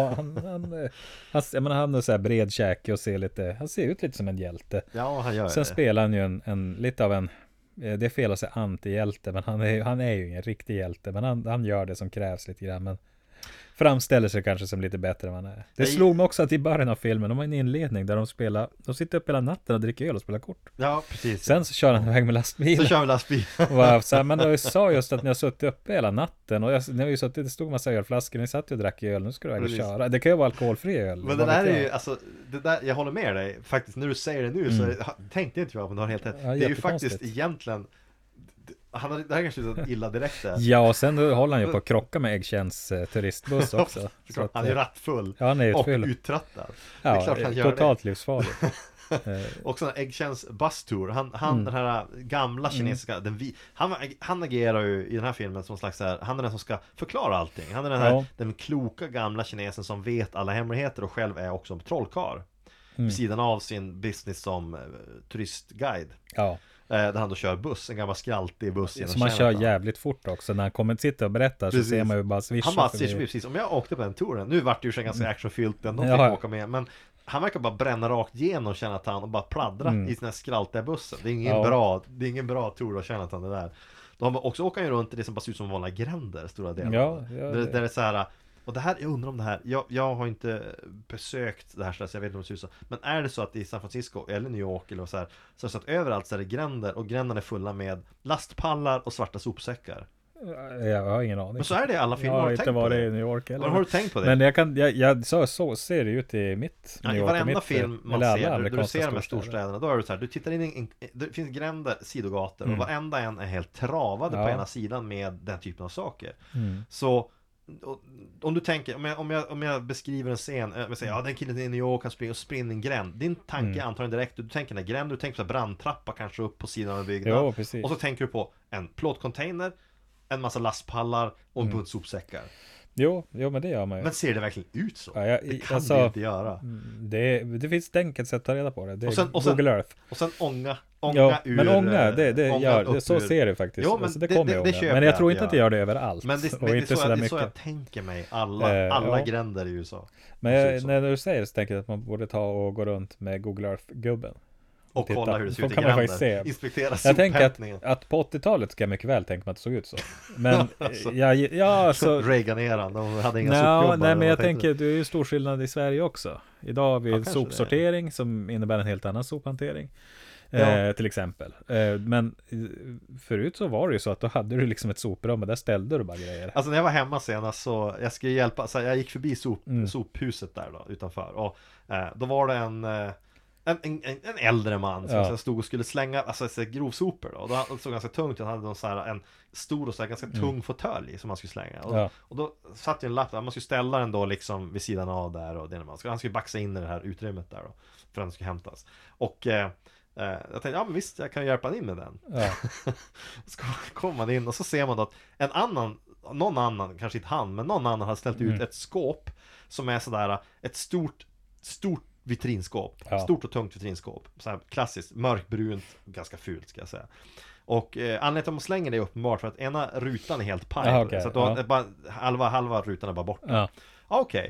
han är så här bred käke och ser lite, han ser ut lite som en hjälte. Ja, han gör sen det. Spelar han ju en lite av en, det är fel att säga antihjälte, men han är ju ingen riktig hjälte, men han gör det som krävs lite grann, men framställer sig kanske som lite bättre än man är. Det slog mig också att i början av filmen, de har en inledning där de sitter upp hela natten och dricker öl och spelar kort. Ja, precis. Sen så kör han iväg med lastbil. Så kör vi lastbil. Men jag sa just att ni har suttit uppe hela natten och ni har ju suttit, det stod massa ölflaskor, ni satt ju och drack öl, nu ska du iväg och köra. Det kan ju vara alkoholfri öl. Men det där är ju, alltså, det där, jag håller med dig faktiskt, när du säger det nu så tänkte jag inte men du har helt rätt. Ja, det är ju faktiskt egentligen det här kanske är illa direkt där. Ja, och sen håller han ju på att krocka med Eggkänns turistbuss också. Så att, han är rattfull. Ja, han är och uttröttad. Ja, det är klart han gör totalt det. Livsfarligt. Också Eggkänns bustour. Han den här gamla kinesiska han agerar ju i den här filmen som slags här, han är den som ska förklara allting. Han är den här den kloka gamla kinesen som vet alla hemligheter och själv är också en trollkarl. Vid sidan av sin business som turistguide. Ja. Där han då kör buss, en gammal skraltig buss. Som man kör jävligt fort också. När han kommer sitta och berättar så ser man ju bara swisha. Han bara swisha, precis. Om jag åkte på den touren, nu vart det ju ganska actionfyllt ändå, fick åka med, men han verkar bara bränna rakt igenom Chinatown och bara pladdra i sina skraltiga bussen. Det är ingen bra tour att Chinatown det där. De också åker ju runt i det som bara ser ut som vanliga gränder, stora delar. Där det är så här. Och det här, jag undrar om det här, jag har inte besökt det här så jag vet inte om det ser ut så. Men är det så att i San Francisco eller New York eller så här, så att överallt så är det gränder och gränderna är fulla med lastpallar och svarta sopsäckar. Jag har ingen aning. Men så är det i alla filmer. Jag Har har du inte tänkt på varit det? i New York eller. Har du tänkt på det? Men jag så ser det ut i mitt Ja, New i York. varenda mitt, film man eller alla ser, du amerikanska ser de här storstäder. storstäderna, då är det så här, du tittar in i det finns gränder, sidogator, och varenda en är helt travade på ena sidan med den typen av saker. Så om du tänker, om jag beskriver en scen, jag säger, den killen i New York kan springa och springa en gränd. Din tanke är antagligen direkt, du tänker den gränd, du tänker på så brandtrappa kanske upp på sidan av byggnaden. Jo, precis. Och så tänker du på en plåtcontainer, en massa lastpallar och en bunt sopsäckar. Jo, men det gör man ju. Men ser det verkligen ut så? Ja, det kan det inte göra. Det finns ett enkelt sätt att ta reda på det. Det är Och sen, Google Earth. Och sen ånga ur... Men ånga, så ur, ser det faktiskt. Jo, men alltså, det kommer det ånga. köper Men jag tror inte att att det gör det överallt. Men det och är inte så, så där det är så mycket. jag tänker mig alla gränder i USA. Men när du säger det så tänker jag att man borde ta och gå runt med Google Earth-gubben. Och titta. kolla hur det ser Så ut i kan man faktiskt gränder. se. Inspektera Jag tänker sophämtningen. att på 80-talet ska jag mycket väl tänka mig att det såg ut så. Men Alltså. alltså, Reagan-eran, de hade inga sopgubbar. nej, men jag tänkte tänker, det är ju stor skillnad i Sverige också. Idag har vi Ja, kanske sopsortering som innebär en helt annan sophantering. Ja. Till exempel. Men förut så var det ju så att då hade du liksom ett soprum och där ställde du bara grejer. Alltså när jag var hemma senast så jag skulle hjälpa, så jag gick förbi sophuset där då, utanför. Och då var det en äldre man som så stod och skulle slänga grovsopor då. Och då såg ganska tungt, han hade en stor och så här ganska tung fåtölj som man skulle slänga. Och då satt ju en lapp där, man skulle ställa den då liksom vid sidan av där, och han skulle baxa in i det här utrymmet där då, för att den skulle hämtas. Och jag tänkte, ja men visst, jag kan hjälpa in med den. Så kommer man in och så ser man då att någon annan, kanske inte han, men någon annan har ställt ut ett skåp som är sådär ett stort vitrinskåp, stort och tungt vitrinskåp, så här klassiskt mörkbrunt, ganska fult ska jag säga. Och anledningen till att man slänger det är uppenbart för att ena rutan är helt paj, så att då bara, halva rutan är bara borta. Okej.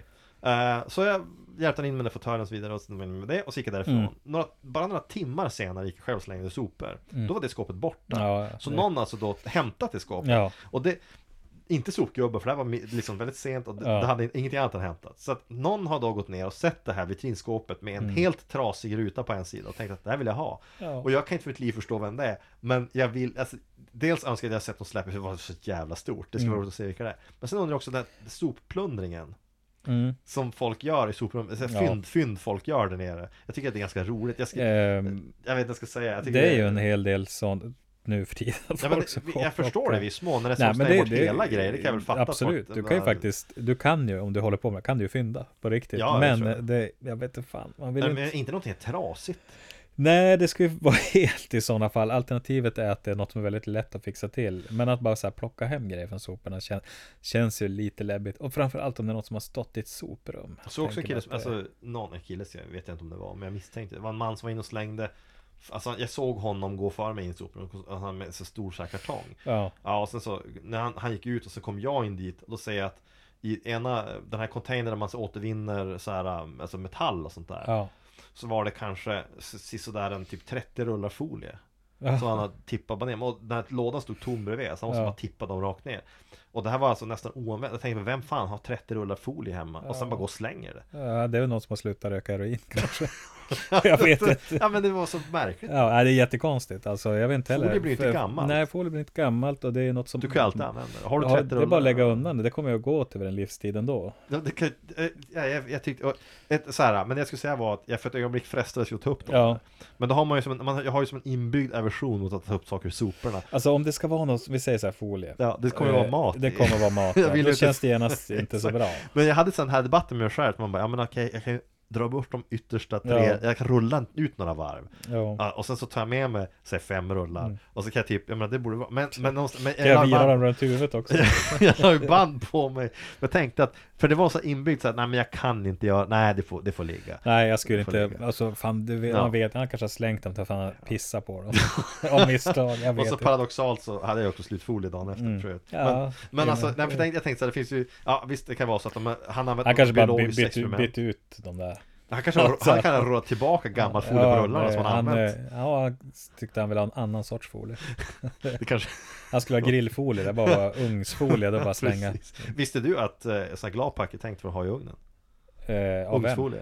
Så jag hjälpte in med den fåtöljen och så vidare, och så med det, och så gick jag därifrån. Bara några timmar senare gick jag själv och slängde sopor. Då var det skåpet borta. Så någon alltså då hämtat det skåpet. Och det inte sopgubbar, för det här var liksom väldigt sent och det hade ingenting annat än hämtat. Så att någon har då gått ner och sett det här vitrinskåpet med en helt trasig ruta på en sida och tänkt att det här vill jag ha. Och jag kan inte för ett liv förstå vem det är, men jag vill, alltså, dels önskar jag sett dem släppa, för det var så jävla stort. Det skulle vara roligt att se vilka det är. Men sen undrar jag också den sopplundringen som folk gör i soprum, fynd folk gör där nere. Jag tycker att det är ganska roligt. Jag vet inte vad jag ska säga. Jag det är ju en hel del sånt nu för tiden. Jag förstår det i viss mån när det är så bort hela grejer, det kan jag väl fatta. Absolut, du kan ju faktiskt, du kan ju, om du håller på med, kan du ju fynda på riktigt. Men jag vet inte fan. Man vill men inte någonting trasigt. Nej, det skulle vara helt i sådana fall. Alternativet är att det är något som är väldigt lätt att fixa till. Men att bara så här plocka hem grejer från soporna känns ju lite läbbigt. Och framförallt om det är något som har stått i ett soprum. Så också en kille, någon kille, jag vet inte om det var, men jag misstänkte. Det var en man som var inne och slängde. Alltså jag såg honom gå för mig in i soporna, han med så stor så här kartong. Och sen så, när han gick ut och så kom jag in dit, och då säger jag att i den här containern där man så återvinner så här, alltså metall och sånt där. Så var det kanske sådär en typ 30 rullar folie. Så han hade tippat bara ner. Och den här lådan stod tom bredvid, så han måste bara tippa dem rakt ner. Och det här var alltså nästan oanvänt. Jag tänkte, vem fan har 30 rullar folie hemma? Och sen bara gå och slänger det. Ja, det är väl någon som har slutat röka heroin kanske. Jag vet inte. Ja, men det var så märkligt. Ja, det är jättekonstigt. Alltså, jag vet inte heller. Folie blir inte gammalt. Nej, folie blir inte gammalt, och det är något som du kan alltid använda det. Har du 30 rullar? Det är bara att lägga undan det. Det kommer ju att gå till en livstid ändå. Ja, jag tyckte så här, men det jag skulle säga var att jag för ett ögonblick frestades att ta upp dem. Men då har man ju jag har ju som en inbyggd aversion mot att ta upp saker ur soporna. Alltså om det ska vara något, vi säger så här, folie. Ja, det kommer vara mat. Det kommer vara mat. Då känns det genast inte så bra. Men jag hade sån här debatten med mig själv, att man bara, ja men okej, jag kan dra bort de yttersta 3, jag kan rulla ut några varv. Och sen så tar jag med mig, säg 5 rullar. Och så kan jag typ, jag menar det borde vara, men jag virar dem runt huvudet också. Jag har ju band på mig. Jag tänkte att, för det var så inbyggt så att, nej men jag kan inte göra, nej det får ligga. Nej, jag skulle inte, alltså fan, man vet, han kanske har slängt dem till fan pissa på dem. Om misstag, jag vet. Och så paradoxalt så hade jag också slutfolie dagen efter, tror jag. Men alltså, jag tänkte så här, det finns ju, ja visst det kan vara så att han kanske bara bytt ut de där. Han kan ha råd tillbaka gammal folie på rullarna som han använt. Han tyckte han ville ha en annan sorts folie. Det kanske... Han skulle ha grillfolie, det bara ugnsfolie, det bara slänga. Visste du att sån här gladpack är tänkt för att ha i ugnen? Ugnsfolie.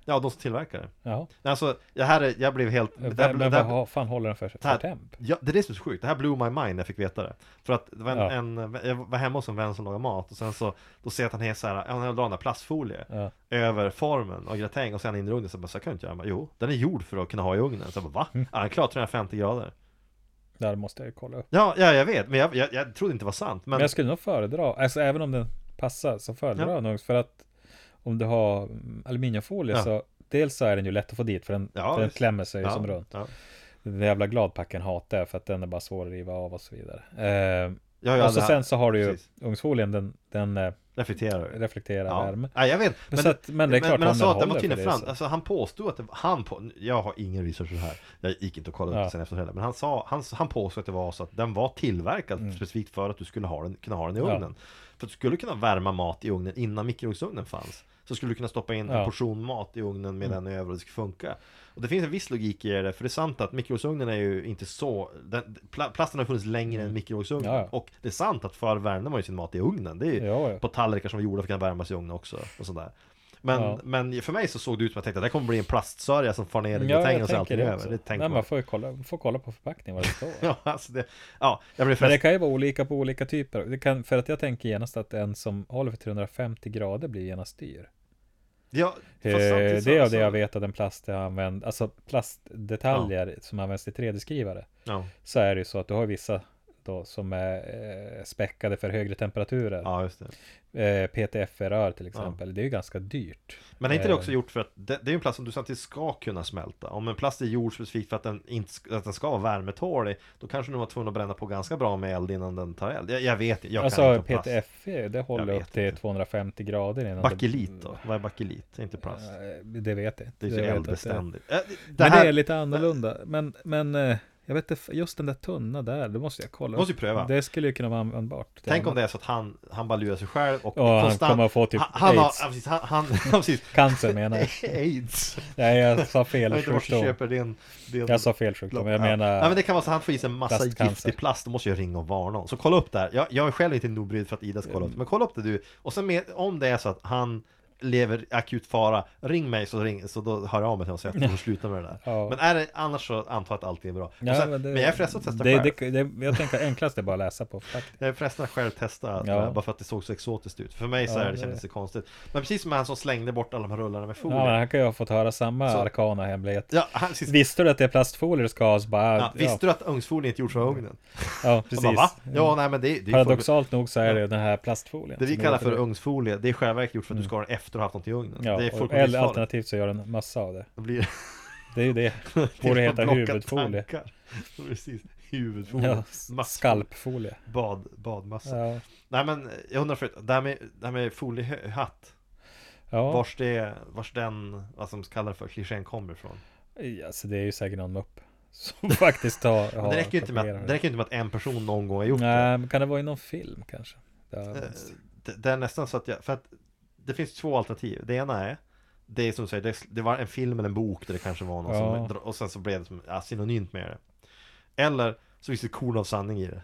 Ja, de som tillverkar det. Ja. Alltså, jag blev helt... Men vad fan håller den för temp? Ja, det är det som är så sjukt. Det här blew my mind när jag fick veta det. För att det var jag var hemma hos en vän som lagar mat, och sen så då ser jag att han är så här, han har dragit en plastfolie över formen och gratäng, och sen in i ugnen, så jag kan inte göra. Jo, den är gjord för att kunna ha i ugnen. Så jag bara, va? Ja, den klarar 350 grader. Där måste jag ju kolla upp. Ja, jag vet, men jag trodde inte det var sant. Men jag skulle nog föredra, alltså även om den passar, så föredrar jag nog, för att om du har aluminiumfolie så dels så är den ju lätt att få dit, för den klämmer sig ju som runt. Den jävla gladpacken hatar jag, för att den är bara svår att riva av och så vidare. Och så sen så har du ju ugnsfolien, den reflekterar värme. Ja, jag vet. Men det är klart, men han sa att den var tydligen fram. Alltså han påstod att jag har ingen research för det här. Jag gick inte och kollade upp det sen efter heller. Men han påstod att det var så att den var tillverkad specifikt för att du skulle kunna ha den i ugnen. För att du skulle kunna värma mat i ugnen innan mikrovågsugnen fanns. Så skulle du kunna stoppa in en portion mat i ugnen med den över, och det ska funka. Och det finns en viss logik i det, för det är sant att mikrovågsugnen är ju inte så... Plasten har funnits längre än mikrovågsugnen. Och det är sant att förr värmde man ju sin mat i ugnen. Det är ju på tallrikar som var gjorda för att kunna värmas i ugnen också. Och sådär. Men för mig så såg det ut som att jag tänkte att det kommer bli en plastsörja som far ner i gratäng och så allting över. Nej, man får kolla på förpackningen vad det står. Jag blev men det kan ju vara olika på olika typer. För att jag tänker genast att en som håller för 350 grader blir genast dyr. Ja, det är av det jag vet att den plast jag använder, alltså plastdetaljer som används till 3D-skrivare, så är det ju så att du har vissa då som är späckade för högre temperaturer. Ja, just det. PTFE-rör till exempel. Det är ju ganska dyrt. Men är inte det också gjort för att det är en plast som du samtidigt ska kunna smälta? Om en plast är gjord specifikt för att den ska vara värmetålig, då kanske du var tvungen att bränna på ganska bra med eld innan den tar eld. Jag vet, jag alltså, kan inte PTFE, det håller upp till 250 grader innan. Bakelit då? Vad är bakelit? Det är inte plast. Det vet jag inte. Det är ju eldbeständigt. Men det är lite annorlunda. Men jag vet inte, just den där tunna där, det måste jag kolla. Måste ju pröva. Det skulle ju kunna vara användbart. Tänk om det är så att han bara lurar sig själv och han kommer att få typ AIDS. Precis. Cancer menar jag. AIDS. Nej, jag sa fel sjukdom. Jag sa fel sjukdom. Jag menar. Nej, men det kan vara så att han får i sig en massa giftig plast. Då måste jag ringa och varna honom. Så kolla upp där. Jag är själv inte nog brydd för att Ida ska kolla upp. Men kolla upp det du. Och sen om det är så att han lever akut fara, ring mig så då hör jag av mig till och säger att du slutar med det där. Men är det annars, så antar jag att allt är bra. Sen, men jag är frestad att testa själv. Jag tänker enklast är bara att läsa på. Jag är frestad att själv testa bara för att det såg så exotiskt ut. För mig så är det kändes det konstigt. Men precis som han som slängde bort alla de här rullarna med folie. Ja, han kan ju ha fått höra samma arkana hemlighet. Ja, visste du att det är plastfolie du ska ha? Bara, visste du att ugnsfolien inte gjorts från ugnen? Ja, precis. Bara, ja, nej, men det paradoxalt nog så är det den här plastfolien. Det vi kallar för ugnsfolie, det är själva verket gjort för att du ska ha den efter att ha haft något i ugnen. Ja, det är eller alternativt så gör den massa av det. Det är ju det. Borde heta huvudfolie. Precis, huvudfolie. Ja, skalpfolie. Badmassa. Ja. Nej, men jag undrar för det här med foliehatt. Ja. Vars den, vad som kallar för klichén kommer ifrån. Ja, så det är ju säkert någon upp som faktiskt har det räcker ju inte med att en person någon gång har gjort det. Nej, men kan det vara i någon film kanske? Det är nästan så att för att det finns två alternativ. Det ena är det som säger det var en film eller en bok där det kanske var någon som, och sen så blev det som synonymt med det. Eller så finns det korn av sanning i det.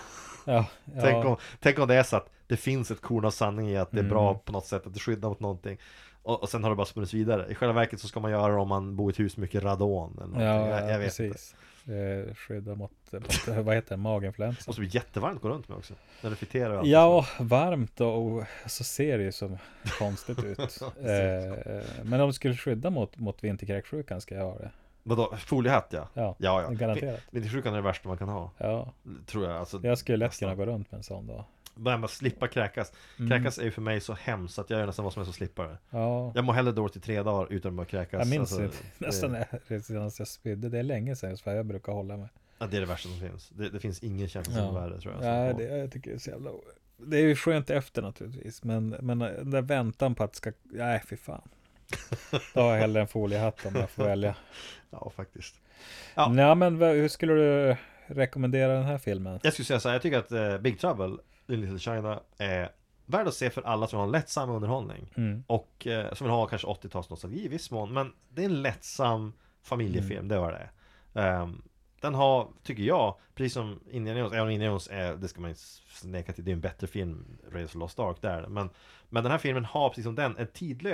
Tänk om det är så att det finns ett korn av sanning i att det är bra på något sätt, att det skyddar mot någonting. Och sen har det bara spunnits vidare. I själva verket så ska man göra det om man bor i ett hus med mycket radon eller jag vet precis. Inte. Skydda mot vad heter det? Maginfluensa. Det måste bli jättevarmt att gå runt med också. När det fritterar. Ja, varmt och så ser det ju som konstigt ut. Men om du skulle skydda mot vinterkräksjukan ska jag ha det. Vadå? Foliehatt, ja. Garanterat. Vintersjukan är det värsta man kan ha. Ja. Tror jag. Alltså, jag skulle lätt kunna gå runt med en sån då. Bara slippa kräkas. Kräkas är ju för mig så hemskt att jag gör nästan vad som är så slippare. Ja. Jag må hellre dåligt i 3 dagar utan att kräkas. Jag minns nästan redan jag spydde. Det är länge sedan för jag brukar hålla mig. Ja, det är det värsta som finns. Det finns ingen känsla som är värre, tror jag. Ja, jag tycker det är så jävla... Det är ju skönt efter naturligtvis. Men den där väntan på att ska... Nej, fy fan. Då har jag hellre en foliehatt om jag får välja. Ja, faktiskt. Nej, men hur skulle du rekommendera den här filmen? Jag skulle säga så här, jag tycker att Big Trouble in Little China är värd att se för alla som har en lättsam underhållning. Och som vill ha kanske 80-tals nostalgi i viss mån. Men det är en lättsam familjefilm, det var det. Den har, tycker jag, precis som Indiana Jones, även Indiana Jones är, det ska man inte sneka till, det är en bättre film, Raiders of the Lost Ark, där. Men den här filmen har, precis som den, en tidlös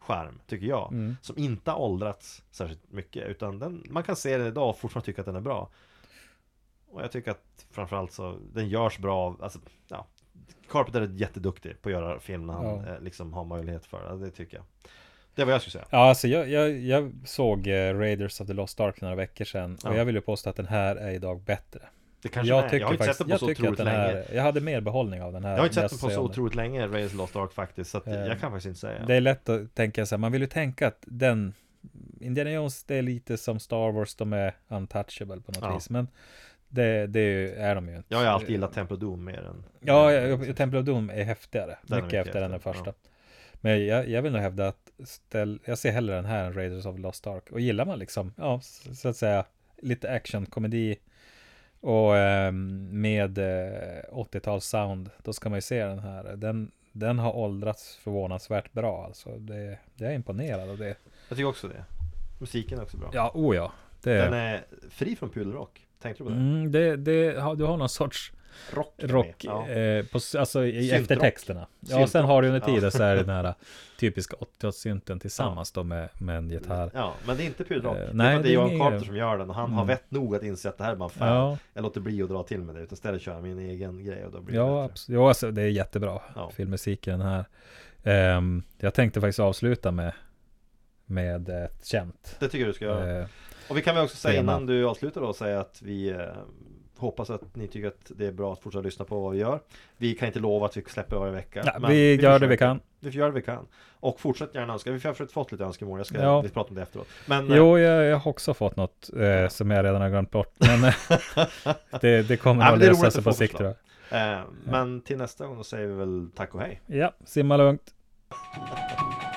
skärm, tycker jag. Som inte har åldrats särskilt mycket, utan man kan se den idag och fortfarande tycka att den är bra. Och jag tycker att framförallt så den görs bra. Alltså, ja, Carpenter är jätteduktig på att göra film när han liksom har möjlighet för det. Det tycker jag. Det är vad jag skulle säga. Ja, alltså jag såg Raiders of the Lost Ark några veckor sedan. Och jag vill ju påstå att den här är idag bättre. Det kanske jag har inte sett den på så otroligt länge. Jag hade mer behållning av den här. Jag har inte sett den på så otroligt länge, Raiders of the Lost Ark faktiskt. Så att jag kan faktiskt inte säga. Det är lätt att tänka så här. Man vill ju tänka att Indiana Jones, det är lite som Star Wars. De är untouchable på något vis. Men det är de ju inte. Jag har alltid gillat Temple of Doom mer än... Ja, Temple of Doom är häftigare. Mycket häftigare än den första. Ja. Men jag vill nog hävda att jag ser hellre den här än Raiders of the Lost Ark. Och gillar man liksom, så att säga, lite action-komedi och med 80-tals sound, då ska man ju se den här. Den har åldrats förvånansvärt bra. Alltså. Det är imponerad av det. Jag tycker också det. Musiken är också bra. Ja, ja. Den är fri från pudelrock. Tänkte du på det? Du har någon sorts rock alltså i eftertexterna. Ja, sen har du under tiden så är det den här typiska 80-talssynten tillsammans då med en gitarr. Ja, men det är inte pudelrock. Nej, det är Johan Carpenter som gör den och han har vett nog att inse att det här är bara fan. Jag låter bli att dra till med det utan istället kör jag min egen grej och då blir det absolut. Ja, alltså, det är jättebra filmmusik i den här. Jag tänkte faktiskt avsluta med ett känt. Det tycker du ska göra. Och vi kan väl också säga innan du avslutar då säga att vi hoppas att ni tycker att det är bra att fortsätta lyssna på vad vi gör. Vi kan inte lova att vi släpper varje vecka. Ja, men vi gör det vi kan. Vi gör det vi kan. Och fortsätt gärna önska. Vi har fått lite önskemål. Vi pratar om det efteråt. Men, jag har också fått något som jag redan har glömt bort. Men det kommer att lösa sig på sikt. Men till nästa gång då säger vi väl tack och hej. Ja, simma lugnt.